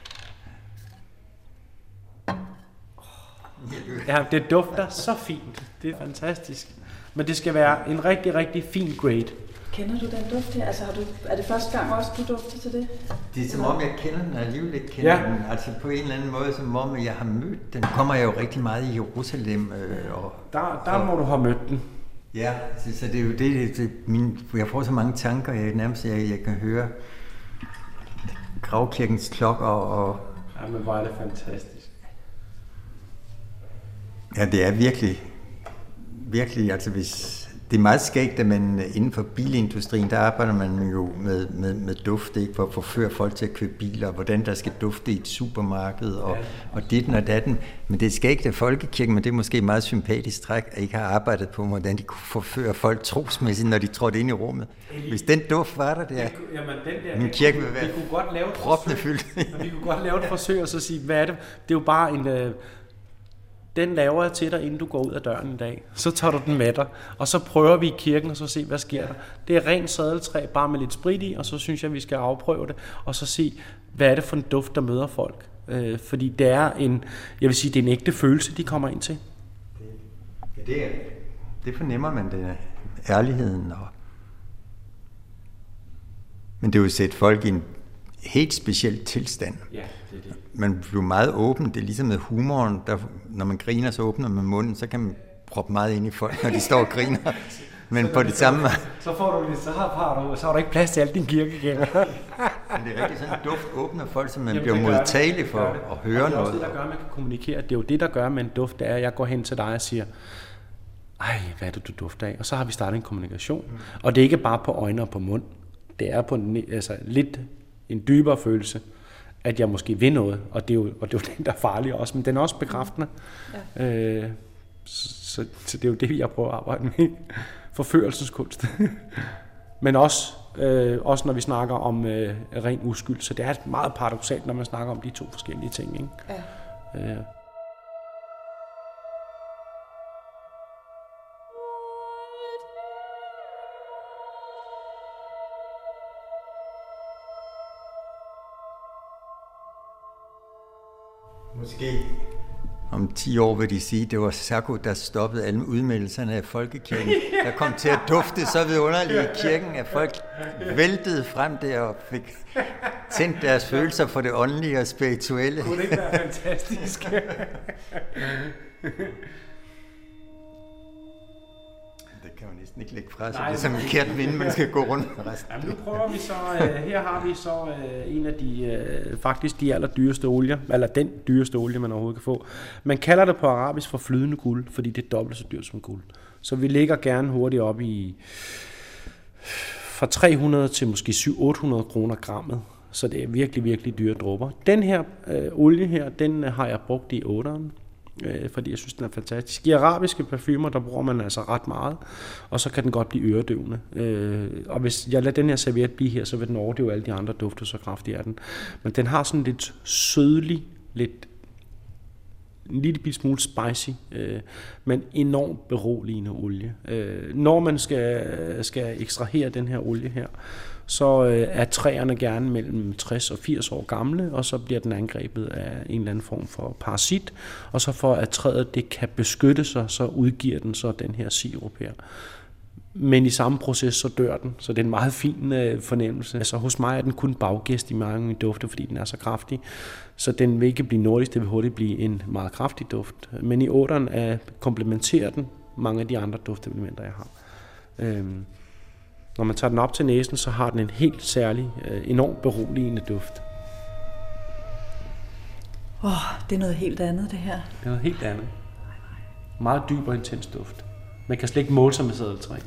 Ja, det dufter så fint. Det er fantastisk. Men det skal være en rigtig, rigtig fin grade. Kender du den duft her? Altså, har du, er det første gang også, du dufter til det? Det er som om, jeg kender den, og alligevel ikke kender ja. den. Altså på en eller anden måde, som om jeg har mødt den. Kommer jeg jo rigtig meget i Jerusalem. Øh, og, der der og, må du have mødt den. Ja, så, så det er jo det, det, det min, jeg får så mange tanker, jeg nærmest jeg, jeg kan høre gravkirkens klokker. Og, ja, men hvor er det fantastisk. Ja, det er virkelig... Virkelig, altså hvis... Det er meget skægt, at man inden for bilindustrien, der arbejder man jo med, med, med duft, ikke? For at forføre folk til at købe biler, og hvordan der skal dufte i et supermarked, og, ja. og ditten og datten. Men det er skægt af folkekirken, men det er måske et meget sympatisk træk, at I ikke har arbejdet på, hvordan de kunne forføre folk trosmæssigt, når de trådte ind i rummet. Hvis den duft var der, der, jamen, den der min kirke ville være proppende fyldt. Vi kunne godt lave et forsøg og så sige, hvad er det? Det er jo bare en... Øh, den laver jeg til dig, inden du går ud af døren en dag. Så tager du den med dig, og så prøver vi i kirken, og så se, hvad sker der. Det er rent sadeltræ, bare med lidt sprit i, og så synes jeg, vi skal afprøve det, og så se, hvad er det for en duft, der møder folk. Øh, fordi det er en, jeg vil sige, det er en ægte følelse, de kommer ind til. Ja, det, er, det fornemmer man, det er ærligheden. Og... Men det er jo sæt folk i en helt speciel tilstand. Ja, det er det. Man bliver meget åben. Det er ligesom med humoren. Der, når man griner, så åbner man munden, så kan man proppe meget ind i folk, når de står og griner. men på det samme... Så får du det, så har du, så har du ikke plads til alle dine kirkegængere. Men det er rigtig sådan, en duft åbner folk, så man Jamen, bliver modtagelig for det. At høre noget. Det er også det, der gør, at man kan kommunikere. Det er jo det, der gør med en duft, det er, at jeg går hen til dig og siger, ej, hvad er det, du dufter af? Og så har vi startet en kommunikation. Mm. Og det er ikke bare på øjne og på mund. Det er på en, altså, lidt en dybere følelse, at jeg måske vil noget. Og det er jo, og det er jo den, der er farlig også. Men den er også bekræftende. Ja. Øh, så, så det er jo det, jeg prøver at arbejde med. Forførelseskunst. Men også, øh, også når vi snakker om øh, ren uskyld. Så det er meget paradoksalt, når man snakker om de to forskellige ting. Ikke? Ja. Øh. Måske om ti år vil de sige, at det var Sacco, der stoppede alle udmeldelserne af folkekirken. Der kom til at dufte så vidunderligt i kirken, at folk væltede frem der og fik tændt deres følelser for det åndelige og spirituelle. Kunne det ikke være fantastisk? Det kan man næsten ikke lægge fra sig. Det er som en kært vind, man skal gå rundt resten. Jamen, nu prøver vi så, uh, her har vi så uh, en af de, uh, faktisk de allerdyreste olier, eller den dyreste olie, man overhovedet kan få. Man kalder det på arabisk for flydende guld, fordi det er dobbelt så dyrt som guld. Så vi ligger gerne hurtigt op i fra tre hundrede til måske syv hundrede til otte hundrede kroner grammet. Så det er virkelig, virkelig dyre dråber. Den her uh, olie her, den uh, har jeg brugt i otteren. Fordi jeg synes, den er fantastisk. I arabiske parfumer, der bruger man altså ret meget, og så kan den godt blive øredøvende. Og hvis jeg lader den her serviet blive her, så vil den overdøve alle de andre dufte, så kraftig er den. Men den har sådan lidt sødlig, lidt en lille smule spicy, men enormt beroligende olie. Når man skal, skal ekstrahere den her olie her, så er træerne gerne mellem tres og firs år gamle, og så bliver den angrebet af en eller anden form for parasit, og så for at træet det kan beskytte sig, så udgiver den så den her sirup her. Men i samme proces, så dør den, så det er en meget fin øh, fornemmelse. Altså hos mig er den kun baggæst i mange dufte, fordi den er så kraftig, så den vil ikke blive nordisk, det vil hurtigt blive en meget kraftig duft. Men i otteren er, komplementerer den mange af de andre duftelementer, jeg har. Øhm, Når man tager den op til næsen, så har den en helt særlig, enormt beroligende duft. Åh, oh, det er noget helt andet, det her. Det er noget helt andet. Meget dyb og intens duft. Man kan slet ikke måle sig med sadeltræ.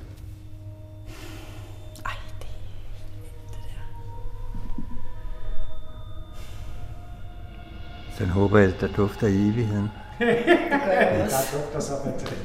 Ej, det, det der. Sådan håber jeg, at der dufter i evigheden. Det gør jeg også. Der dufter så fantastisk.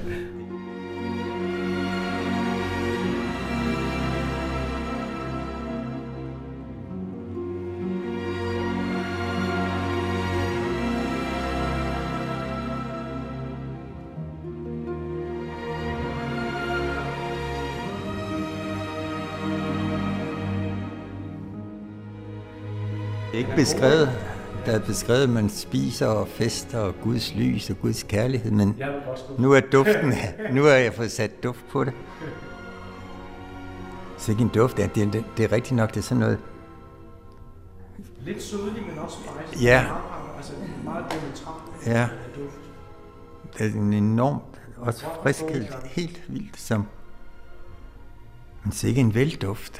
Det er ikke beskrevet. Der er beskrevet, at man spiser og fester og Guds lys og Guds kærlighed, men nu er duften, nu har jeg fået sat duft på det. Så ikke en duft, det er, det, det er rigtigt nok, det er sådan noget... Lidt sødlig, men også spicy. Ja. Altså meget diametralt ja. duft. Det er en enormt, også frisk, helt, helt vildt, som... Men det er ikke en velduft.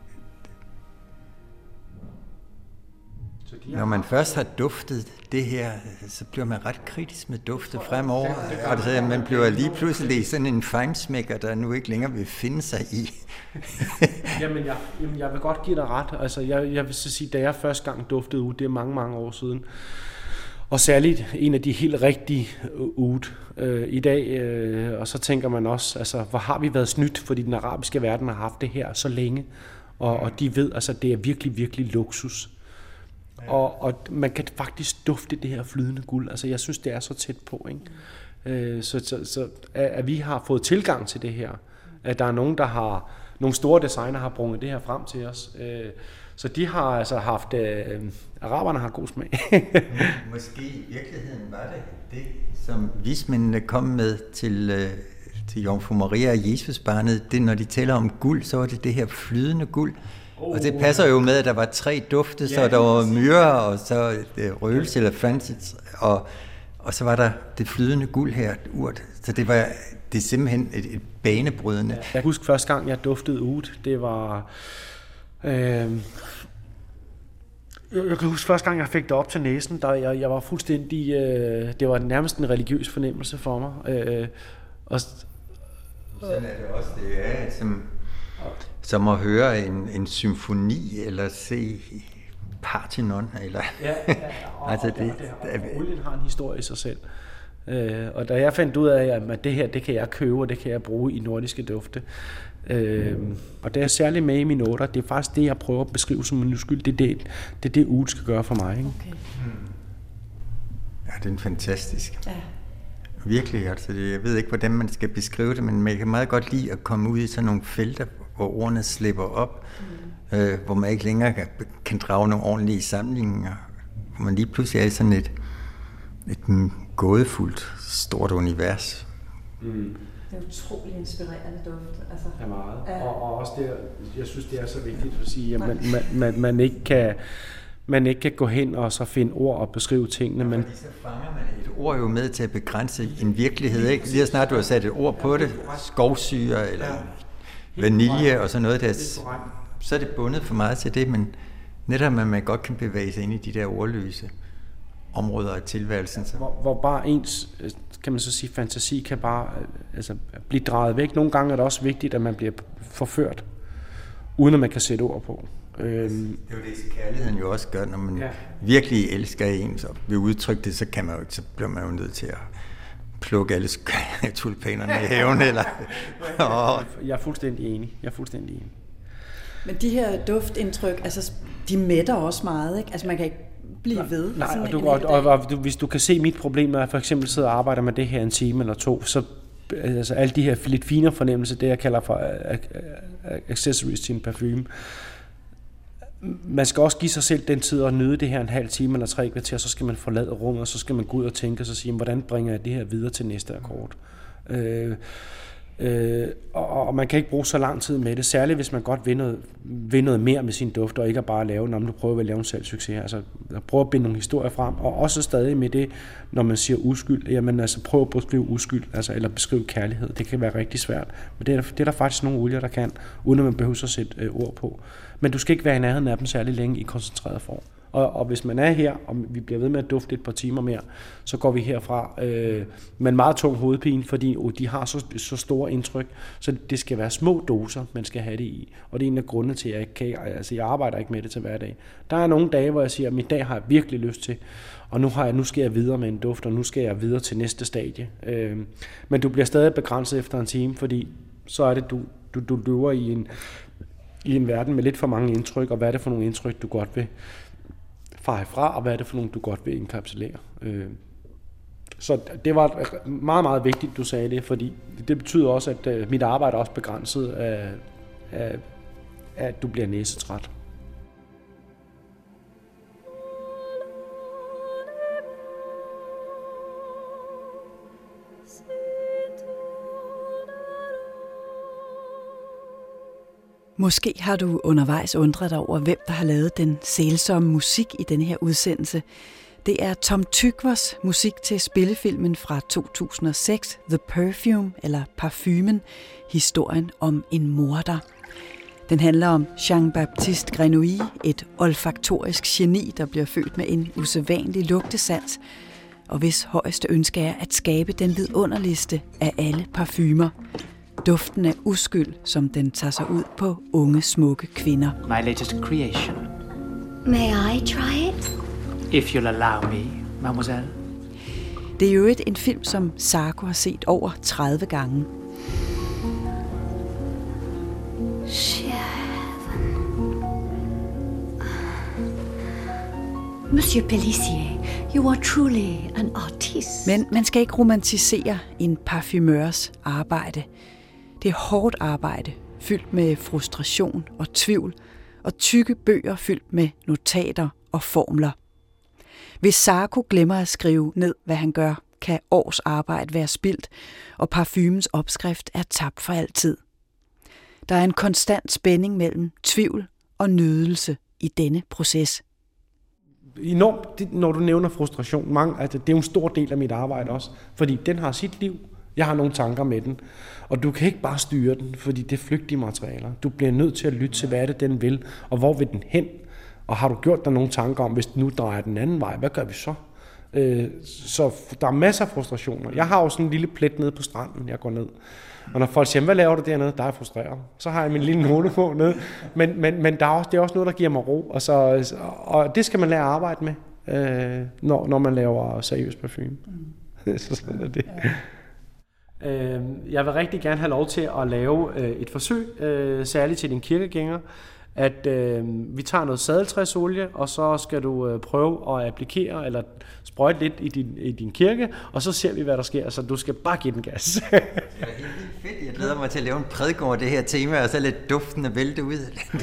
Når man først har duftet det her, så bliver man ret kritisk med dufte fremover. Altså, man bliver lige pludselig sådan en feinsmækker, der nu ikke længere vil finde sig i. Jamen, jeg, jamen, jeg vil godt give dig ret. Altså, jeg, jeg vil så sige, da jeg første gang duftede ud, det er mange, mange år siden, og særligt en af de helt rigtige ud øh, i dag, øh, og så tænker man også, altså, hvor har vi været snydt, fordi den arabiske verden har haft det her så længe, og, og de ved, altså, det er virkelig, virkelig luksus. Og, og man kan faktisk dufte det her flydende guld. Altså, jeg synes, det er så tæt på, ikke? Øh, så, så, så at vi har fået tilgang til det her, at der er nogen, der har, nogle store designer har brunget det her frem til os. Øh, så de har altså haft, øh, araberne har god smag. Måske i virkeligheden var det det, som vismændene kom med til, øh, til Jomfru Maria og Jesusbarnet. Det, når de taler om guld, så var det det her flydende guld. Oh, og det passer jo med, at der var tre dufte, ja, så der var myre, og så røgelse eller francis, og Og så var der det flydende guld her, urt. Så det var det er simpelthen et, et banebrydende. Jeg kan huske første gang, jeg duftede ud. Det var... Øh, jeg kan huske første gang, jeg fik det op til næsen. Der jeg, jeg var fuldstændig... Øh, det var nærmest en religiøs fornemmelse for mig. Øh, og, Sådan er det også. Det er som, som at høre en, en symfoni, eller se Parthenon. Eller... Ja, ja, og, altså det, og, det, og, det, og olien har en historie i sig selv. Øh, og da jeg fandt ud af, at det her, det kan jeg købe, og det kan jeg bruge i nordiske dufte. Øh, og det er særligt med i mine noter. Det er faktisk det, jeg prøver at beskrive som en uskyld. Det er det, det, er det ud skal gøre for mig. Ikke? Okay. Ja, det er en fantastisk. Ja. Virkelig, altså det, jeg ved ikke, hvordan man skal beskrive det, men man kan meget godt lide at komme ud i sådan nogle felter, hvor ordene slipper op, mm. øh, hvor man ikke længere kan, kan drage nogle ordentlige sammenligninger, hvor man lige pludselig er i sådan et, et gådefuldt, stort univers. Mm. Det er utrolig inspirerende duft. Altså. Ja, meget. Ja. Og, og også det, jeg synes, det er så vigtigt at sige, at man, man, man, man ikke kan... man ikke kan gå hen og så finde ord og beskrive tingene. Men... Fordi så fanger man et ord jo med til at begrænse en virkelighed, ikke? Lige snart du har sat et ord på det, skovsyre eller vanilje og sådan noget der, så er det bundet for meget til det, men netop at man godt kan bevæge sig ind i de der ordløse områder af tilværelsen. Så. Hvor, hvor bare ens, kan man så sige, fantasi kan bare altså, blive drejet væk. Nogle gange er det også vigtigt, at man bliver forført, uden at man kan sætte ord på. Det er jo det, kærligheden jo også gør, når man ja. virkelig elsker en, så vil udtrykke det, så, kan man jo, så bliver man jo nødt til at plukke alle tulpanerne i haven. Eller, og... Jeg er fuldstændig enig. Jeg er fuldstændig enig. Men de her duftindtryk, altså, de mætter også meget, ikke? Altså man kan ikke blive ved. Nej, og, du, og, og, og hvis du kan se mit problem, når jeg for eksempel sidder og arbejder med det her en time eller to, så altså alle de her lidt finere fornemmelser, det jeg kalder for accessories til en parfume, man skal også give sig selv den tid at nyde det her en halv time eller tre kvarter, så skal man forlade rummet, og så skal man gå ud og tænke og så sige, hvordan bringer jeg det her videre til næste akkord? Øh, øh, og, og man kan ikke bruge så lang tid med det, særligt hvis man godt vil noget, vil noget mere med sin duft, og ikke bare lave, når du prøver at lave en selvsucces. Altså prøve at binde nogle historier frem, og også stadig med det, når man siger uskyld, jamen altså prøv at beskrive uskyld, altså, eller beskrive kærlighed. Det kan være rigtig svært, men det er, det er der faktisk nogle olier, der kan, uden at man behøver at sætte øh, ord på. Men du skal ikke være i nærheden af dem særlig længe i koncentreret form. Og, og hvis man er her, og vi bliver ved med at dufte et par timer mere, så går vi herfra øh, med en meget tung hovedpine, fordi oh, de har så, så store indtryk, så det skal være små doser, man skal have det i. Og det er en af grundene til, at jeg, kan, altså, jeg arbejder ikke med det til hverdag. Der er nogle dage, hvor jeg siger, at min dag har jeg virkelig lyst til, og nu, har jeg, nu skal jeg videre med en duft, og nu skal jeg videre til næste stadie. Øh, men du bliver stadig begrænset efter en time, fordi så er det, du, du, du løber i en... i en verden med lidt for mange indtryk, og hvad er det for nogle indtryk, du godt vil feje fra, og hvad er det for nogle, du godt vil inkapsulere. Så det var meget, meget vigtigt, du sagde det, fordi det betyder også, at mit arbejde er også begrænset af, af, af at du bliver næsetræt. Måske har du undervejs undret dig over, hvem der har lavet den sælsomme musik i denne her udsendelse. Det er Tom Tykwers musik til spillefilmen fra to tusind og seks, The Perfume, eller Parfumen, historien om en morder. Den handler om Jean-Baptiste Grenouille, et olfaktorisk geni, der bliver født med en usædvanlig lugtesans, og hvis højeste ønske er at skabe den vidunderligste af alle parfumer. Duften af uskyld, som den tager sig ud på unge, smukke kvinder. My latest creation. May I try it? If you'll allow me, mademoiselle. Det er jo et en film, som Sarko har set over tredive gange. Monsieur Pellissier, you are truly an artist. Men man skal ikke romantisere en parfumeurs arbejde. Det er hårdt arbejde, fyldt med frustration og tvivl, og tykke bøger fyldt med notater og formler. Hvis Sarko glemmer at skrive ned, hvad han gør, kan års arbejde være spildt, og parfumens opskrift er tabt for altid. Der er en konstant spænding mellem tvivl og nydelse i denne proces. enormt, det, når du nævner frustration. Mange, altså, det er jo en stor del af mit arbejde også, fordi den har sit liv. Jeg har nogle tanker med den, og du kan ikke bare styre den, fordi det er flygtige materialer. Du bliver nødt til at lytte til, hvad det den vil, og hvor vil den hen. Og har du gjort dig nogle tanker om, hvis den nu drejer den anden vej, hvad gør vi så? Øh, så der er masser af frustrationer. Jeg har jo sådan en lille plet nede på stranden, jeg går ned. Og når folk siger, hvad laver du dernede? Der er jeg frustreret. Så har jeg min lille note på ned. Men, men, men der er også, det er også noget, der giver mig ro. Og, så, og det skal man lære at arbejde med, øh, når, når man laver seriøs parfume. Mm. Så sådan er det. Ja. Øh, jeg vil rigtig gerne have lov til at lave øh, et forsøg, øh, særligt til din kirkegænger, at øh, vi tager noget sadeltræsolie, og så skal du øh, prøve at applikere eller sprøjte lidt i din, i din kirke, og så ser vi, hvad der sker. Så du skal bare give den gas. Det er helt fedt. Jeg glæder mig til at lave en prædiken over det her tema, og så lidt duften at vælte ud. Det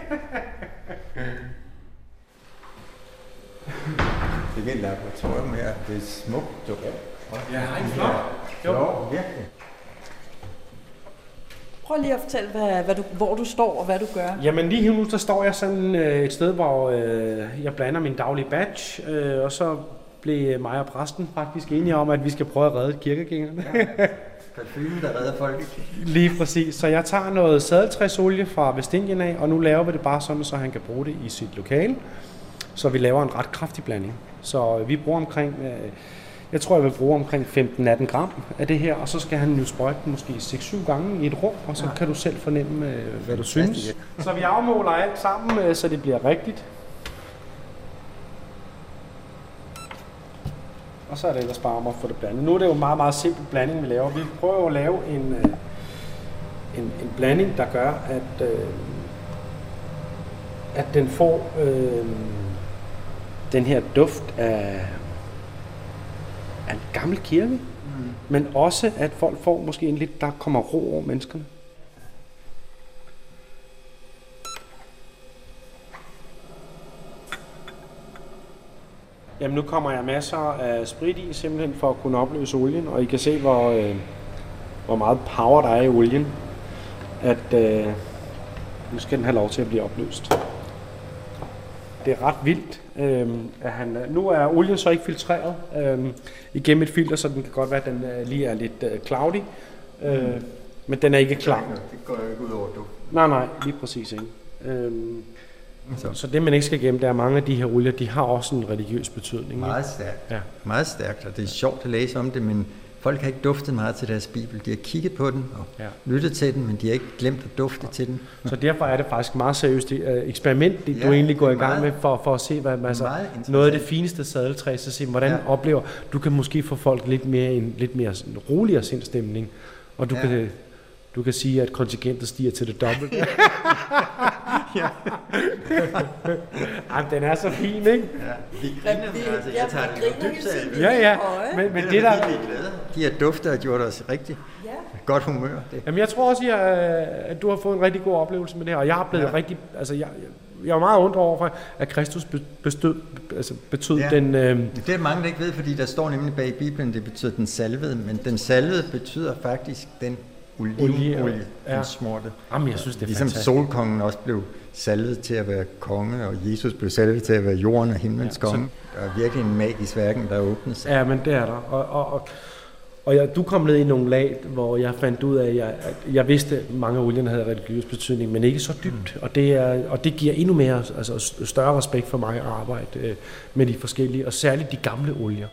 er et laboratorium her. Det er smukt. Ja, ikke flot. Jo, virkelig. Prøv lige at fortælle, hvad, hvad du, hvor du står og hvad du gør. Jamen lige nu, der står jeg sådan øh, et sted, hvor øh, jeg blander min daglige batch, øh, og så blev mig og præsten faktisk enige om, at vi skal prøve at redde kirkegængerne. Ja. Parfumen, der redder folket. Lige præcis. Så jeg tager noget sadeltræsolie fra Vestindien af, og nu laver vi det bare sådan, så han kan bruge det i sit lokale. Så vi laver en ret kraftig blanding. Så vi bruger omkring... Øh, Jeg tror, jeg vil bruge omkring femten atten gram af det her, og så skal han jo sprøjte den måske seks syv gange i et rum, og så ja. kan du selv fornemme, hvad du synes. Så vi afmåler alt sammen, så det bliver rigtigt. Og så er det ellers bare om at få det blandet. Nu er det jo en meget, meget simpel blanding, vi laver. Vi prøver jo at lave en, en, en blanding, der gør, at, øh, at den får øh, den her duft af... af en gammel kirke, mm. men også at folk får måske en lidt, der kommer ro over menneskerne. Jamen nu kommer jeg masser af sprit i, simpelthen for at kunne opløse olien, og I kan se, hvor, øh, hvor meget power der er i olien, at øh, nu skal den have lov til at blive opløst. Det er ret vildt, øh, at han, nu er olien så ikke filtreret øh, igennem et filter, så den kan godt være, at den øh, lige er lidt øh, cloudy, øh, mm. men den er ikke klar. Det går jo ikke ud over du. Nej, nej, lige præcis ikke. Øh, så. så det man ikke skal gemme, det er mange af de her olier, de har også en religiøs betydning. Meget stærkt, ja. Meget stærkt, og det er sjovt at læse om det, men folk har ikke duftet meget til deres bibel. De har kigget på den og ja. lyttet til den, men de har ikke glemt at dufte til den. Så derfor er det faktisk meget seriøst eksperiment, det, ja, du egentlig går i gang med, for, for at se, hvad altså, noget af det fineste sadeltræ, så se, hvordan ja. oplever, du kan måske få folk lidt mere en lidt mere sådan, roligere sindstemning, og du ja. kan du kan sige, at kontingentet stiger til det dobbelte. ja. Jamen, den er så fin, ikke? Ja, vi griner, altså, jeg tager det jo dybt selv. Ja, ja, men, men det, det der... Vi er glade. De her dufter har gjort os rigtig ja. godt humør. Det. Jamen, jeg tror også, at du har fået en rigtig god oplevelse med det her, og jeg har blevet ja. rigtig... Altså, jeg, jeg er meget undret over, at Kristus bestød, altså betød ja. den... Øh... Det er mange, der ikke ved, fordi der står nemlig bag i Bibelen, det betyder den salvede, men den salvede betyder faktisk den olivenolie, ja. den smorte. Jamen, jeg synes, det er ligesom fantastisk. Solkongen også blev salvet til at være konge, og Jesus blev salvet til at være jorden og himlens ja, konge. Så... Der er virkelig en magisk verden, der åbnet sig. Ja, men det er der. Og, og, og, og jeg, du kom ned i nogle lag, hvor jeg fandt ud af, at jeg, jeg vidste, at mange af olierne havde religiøs betydning, men ikke så dybt. Mm. Og, det er, og det giver endnu mere, altså større respekt for mig at arbejde øh, med de forskellige, og særligt de gamle olier.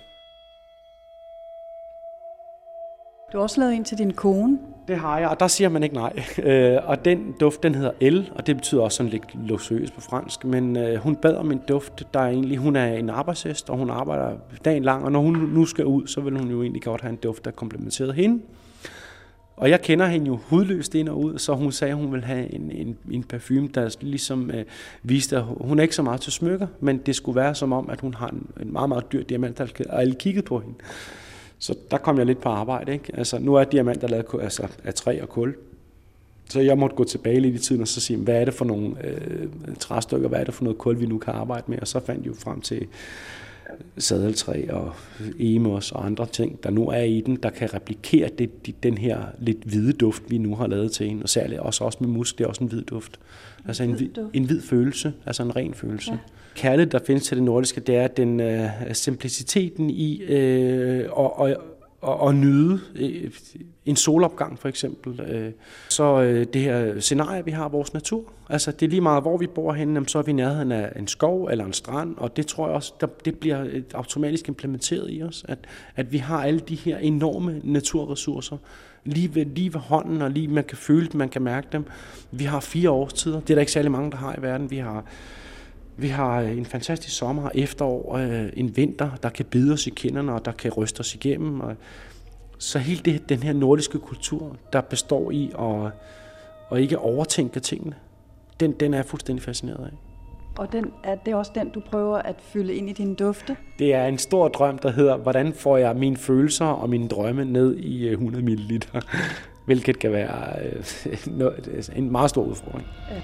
Du har også lavet en til din kone. Det har jeg, og der siger man ikke nej. Øh, og den duft, den hedder El, og det betyder også sådan lidt luksuriøs på fransk. Men øh, hun bad om en duft, der er egentlig, hun er en arbejdshest, og hun arbejder dagen lang. Og når hun nu skal ud, så vil hun jo egentlig godt have en duft, der komplementerede hende. Og jeg kender hende jo hudløst ind og ud, så hun sagde, at hun ville have en, en, en parfume, der ligesom øh, viste, at hun er ikke så meget til smykker, men det skulle være som om, at hun har en, en meget, meget dyr diamant, og alle kiggede på hende. Så der kom jeg lidt på arbejde, ikke? Altså, nu er diamanter lavet altså, af træ og kul. Så jeg måtte gå tilbage lidt i tiden og så sige, hvad er det for nogle øh, træstykker, hvad er det for noget kul, vi nu kan arbejde med? Og så fandt jeg jo frem til, sadeltræ og emos og andre ting, der nu er i den, der kan replikere det, den her lidt hvide duft, vi nu har lavet til en. Og særligt også, også med musk, det er også en hvid duft. Altså en hvid, en hvid følelse, altså en ren følelse. Ja. Kærlighed, der findes til det nordiske, det er den øh, simpliciteten i øh, og, og, og, og nyde øh, en solopgang for eksempel. Øh. Så øh, det her scenarie, vi har vores natur, altså det er lige meget, hvor vi bor henne, så er vi i nærheden af en skov eller en strand, og det tror jeg også, der, det bliver automatisk implementeret i os, at, at vi har alle de her enorme naturressourcer, lige ved, lige ved hånden, og lige man kan føle dem, man kan mærke dem. Vi har fire årstider, det er der ikke særlig mange, der har i verden. Vi har, vi har en fantastisk sommer, efterår, en vinter, der kan bide os i kinderne, og der kan ryste os igennem. Og så hele det, den her nordiske kultur, der består i at, at ikke overtænke tingene, den, den er jeg fuldstændig fascineret af. Og den, er det også den, du prøver at fylde ind i dine dufte? Det er en stor drøm, der hedder, hvordan får jeg mine følelser og mine drømme ned i hundrede milliliter, hvilket kan være en meget stor udfordring. Ja.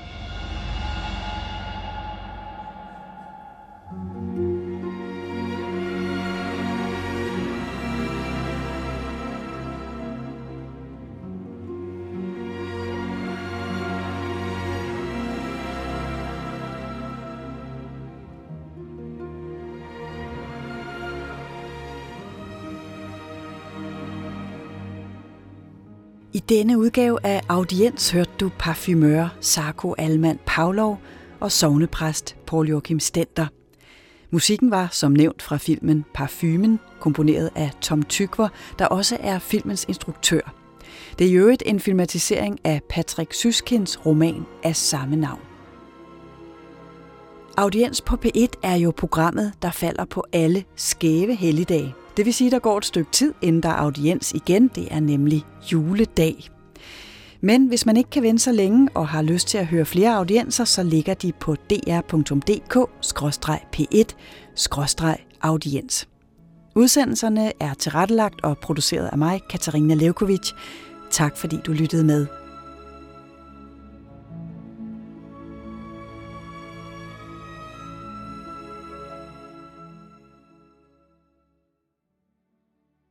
I denne udgave af Audiens hørte du parfumør Sarko Alman Pavlov og sognepræst Poul Joachim Stender. Musikken var som nævnt fra filmen Parfumen, komponeret af Tom Tykwer, der også er filmens instruktør. Det er i øvrigt en filmatisering af Patrick Süskins roman af samme navn. Audiens på P et er jo programmet, der falder på alle skæve helligdage. Det vil sige, der går et stykke tid, inden der er audiens igen. Det er nemlig juledag. Men hvis man ikke kan vente så længe og har lyst til at høre flere audienser, så ligger de på d r punktum d k skråstreg p et skråstreg audiens. Udsendelserne er tilrettelagt og produceret af mig, Katarina Levkovic. Tak fordi du lyttede med.